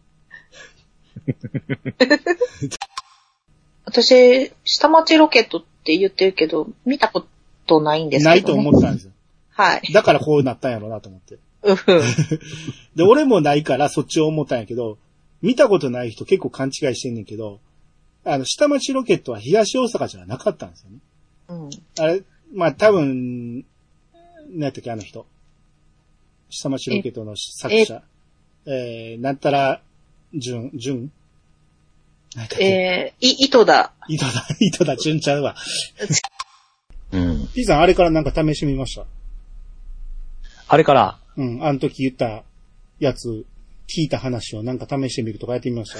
私、下町ロケットって言ってるけど、見たことないんですけど、ね。 ないと思ってたんですよ。 はい。 だからこうなったんやろうなと思って。で、俺もないからそっちを思ったんやけど、見たことない人結構勘違いしてんねんけど、あの、下町ロケットは東大阪じゃなかったんですよね。 うん。 あれ、 まあ多分、何やったっけ、あの人。下町ロケットの作者。ええー、なんたら、じゅん、じゅんえー、い、糸田。 糸田、糸田じゅんちゃうわ。 うん。 P さん、あれからなんか試してみました？ あれからうん、あの時言ったやつ、聞いた話をなんか試してみるとかやってみました？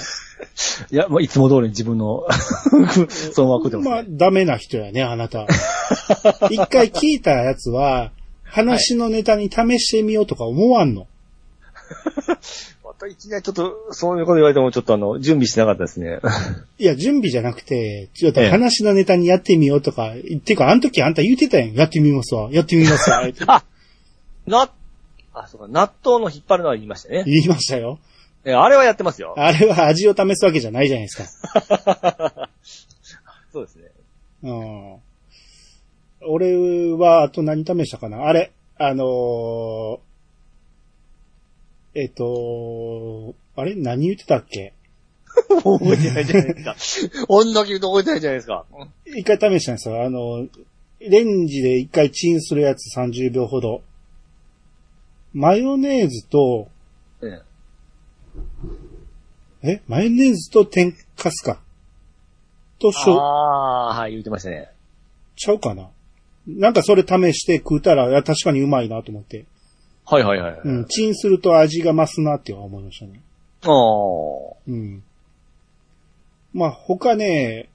いや、もういつも通り自分の、その枠でも、ね。 まあ、ダメな人やね、あなた。一回聞いたやつは、話のネタに試してみようとか思わんの。 またいきなりちょっと、そういうこと言われてもちょっとあの、準備してなかったですね。 いや、準備じゃなくて、ちょっと話のネタにやってみようとか、ええ、っていうか、あの時あんた言ってたやん。やってみますわ。やってみますわ。 あ、な、あ、そうか、納豆の引っ張るのは言いましたね。 言いましたよ。 え、あれはやってますよ。 あれは味を試すわけじゃないじゃないですか。 そうですね。 うん。俺は、あと何試したかなあれ、あのー、えっと、あれ何言ってたっけもう覚えてないじゃないですか。女だけ言うと覚えてないじゃないですか。 一回試したんですよ。あの、レンジで一回チンするやつさんじゅうびょうほど。マヨネーズと、ええ、えマヨネーズと天かすか。としょ、 ああ、はい、言ってましたね。 ちゃうかな。なんかそれ試して食うたら、いや、確かにうまいなと思って。 はいはいはい。 うん、チンすると味が増すなって思いましたね。 ああ。 うん。まあ、他ね、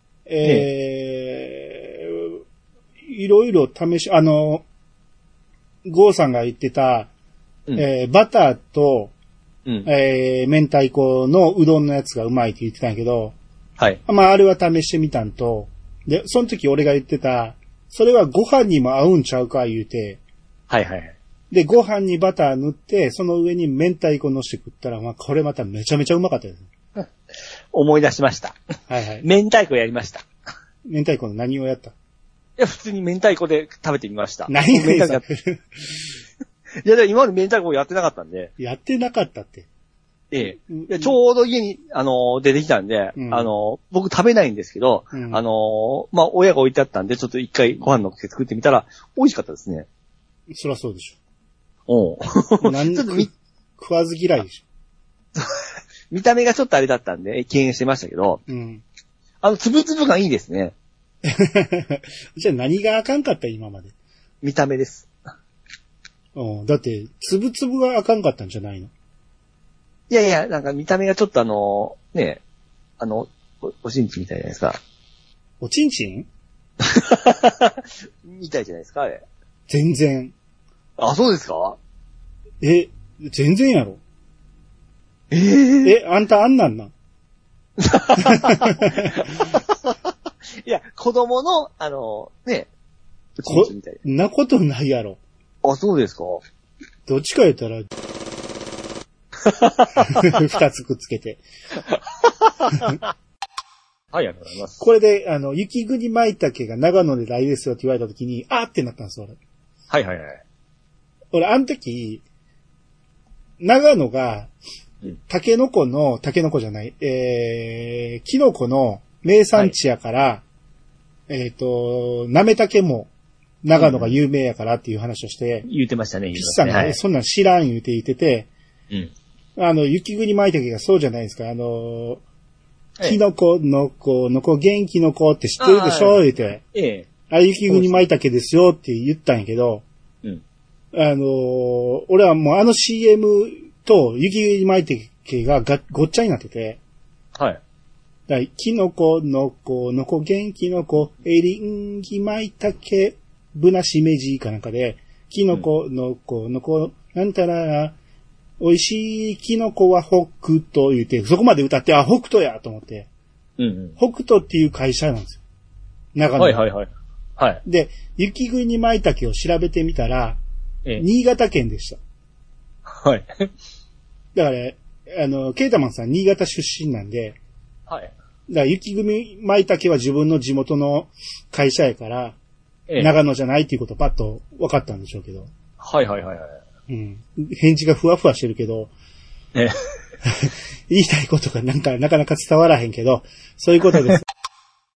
えー、いろいろ試し、あの、ゴーさんが言ってた、うん、えー、バターと、うん、えー、明太子のうどんのやつがうまいって言ってたんやけど、 はい。 まあ、あれは試してみたんと、で、その時俺が言ってた、それはご飯にも合うんちゃうか言うて、 はいはい。 で、ご飯にバター塗って、その上に明太子乗せて食ったら、まあ、これまためちゃめちゃうまかったです。 思い出しました。はいはい。明太子やりました。 明太子の何をやった？いや、普通に明太子で食べてみました。 何をやった？いや、でも今まで明太子やってなかったんで。 やってなかったって。 ええ。うん、ちょうど家に、あの、出てきたんで、うん、あの、僕食べないんですけど、うん、あの、まあ、親が置いてあったんで、ちょっと一回ご飯のっけ作ってみたら、美味しかったですね。 そりゃそうでしょ。おう。 何ちょっとみ食わず嫌いでしょ。 見た目がちょっとあれだったんで、敬遠してましたけど、うん、あの、つぶつぶがいいですね。 じゃあ何があかんかった今まで。 見た目です。 うん、だって、つぶつぶがあかんかったんじゃないの？ いやいや、なんか見た目がちょっとあの、ね、あの、お、おちんちんみたいじゃないですか。 おちんちんみたいじゃないですか、あれ。 全然。 あ、そうですか？ え、全然やろ。 えー、 え、あんたあんなんなんいや、子供の、あの、ね、おちんちんみたいな。なことないやろ。 あ、そうですか？ どっちか言ったら、二つくっつけて。 はい、ありがとうございます。 これで、あの、雪国舞茸が長野で来ですよって言われたときに、あーってなったんですよ、俺。 はいはいはい。 俺、あの時、長野が、タケノコの、タケノコじゃない、えー、キノコの名産地やから、はい、えっ、ー、と、なめたけも、長野が有名やからっていう話をして、 うん、言ってましたね、言ってましたね。ピッさんが、はい、そんなん知らん言うて言ってて、 うん。 あの、雪国舞茸がそうじゃないですか。あの、キノコの子、の子元気の子って知ってるでしょ言うて。 ええ。 あ、雪国舞茸ですよって言ったんやけど、 うん。 あの、俺はもうあの シーエム と雪国舞茸ががごっちゃになってて。 はい。 だキノコの子、の子元気の子、エリンギ舞茸、ブナシメジかなんかで、キノコの子、の子、なんたら、美味しいキノコは北斗言って、そこまで歌って、あ、北斗やと思って。 うんうん。 北斗っていう会社なんですよ。長野。 はいはいはい。はい。 で、雪国舞茸を調べてみたら、ええ、新潟県でした。 はい。 だから、あの、ケータマンさん新潟出身なんで、 はい。 だから雪国舞茸は自分の地元の会社やから、ええ、長野じゃないっていうことパッと分かったんでしょうけど。 はいはいはいはい。 うん。返事がふわふわしてるけど、 ええ、 言いたいことがなんかなかなか伝わらへんけど、そういうことです。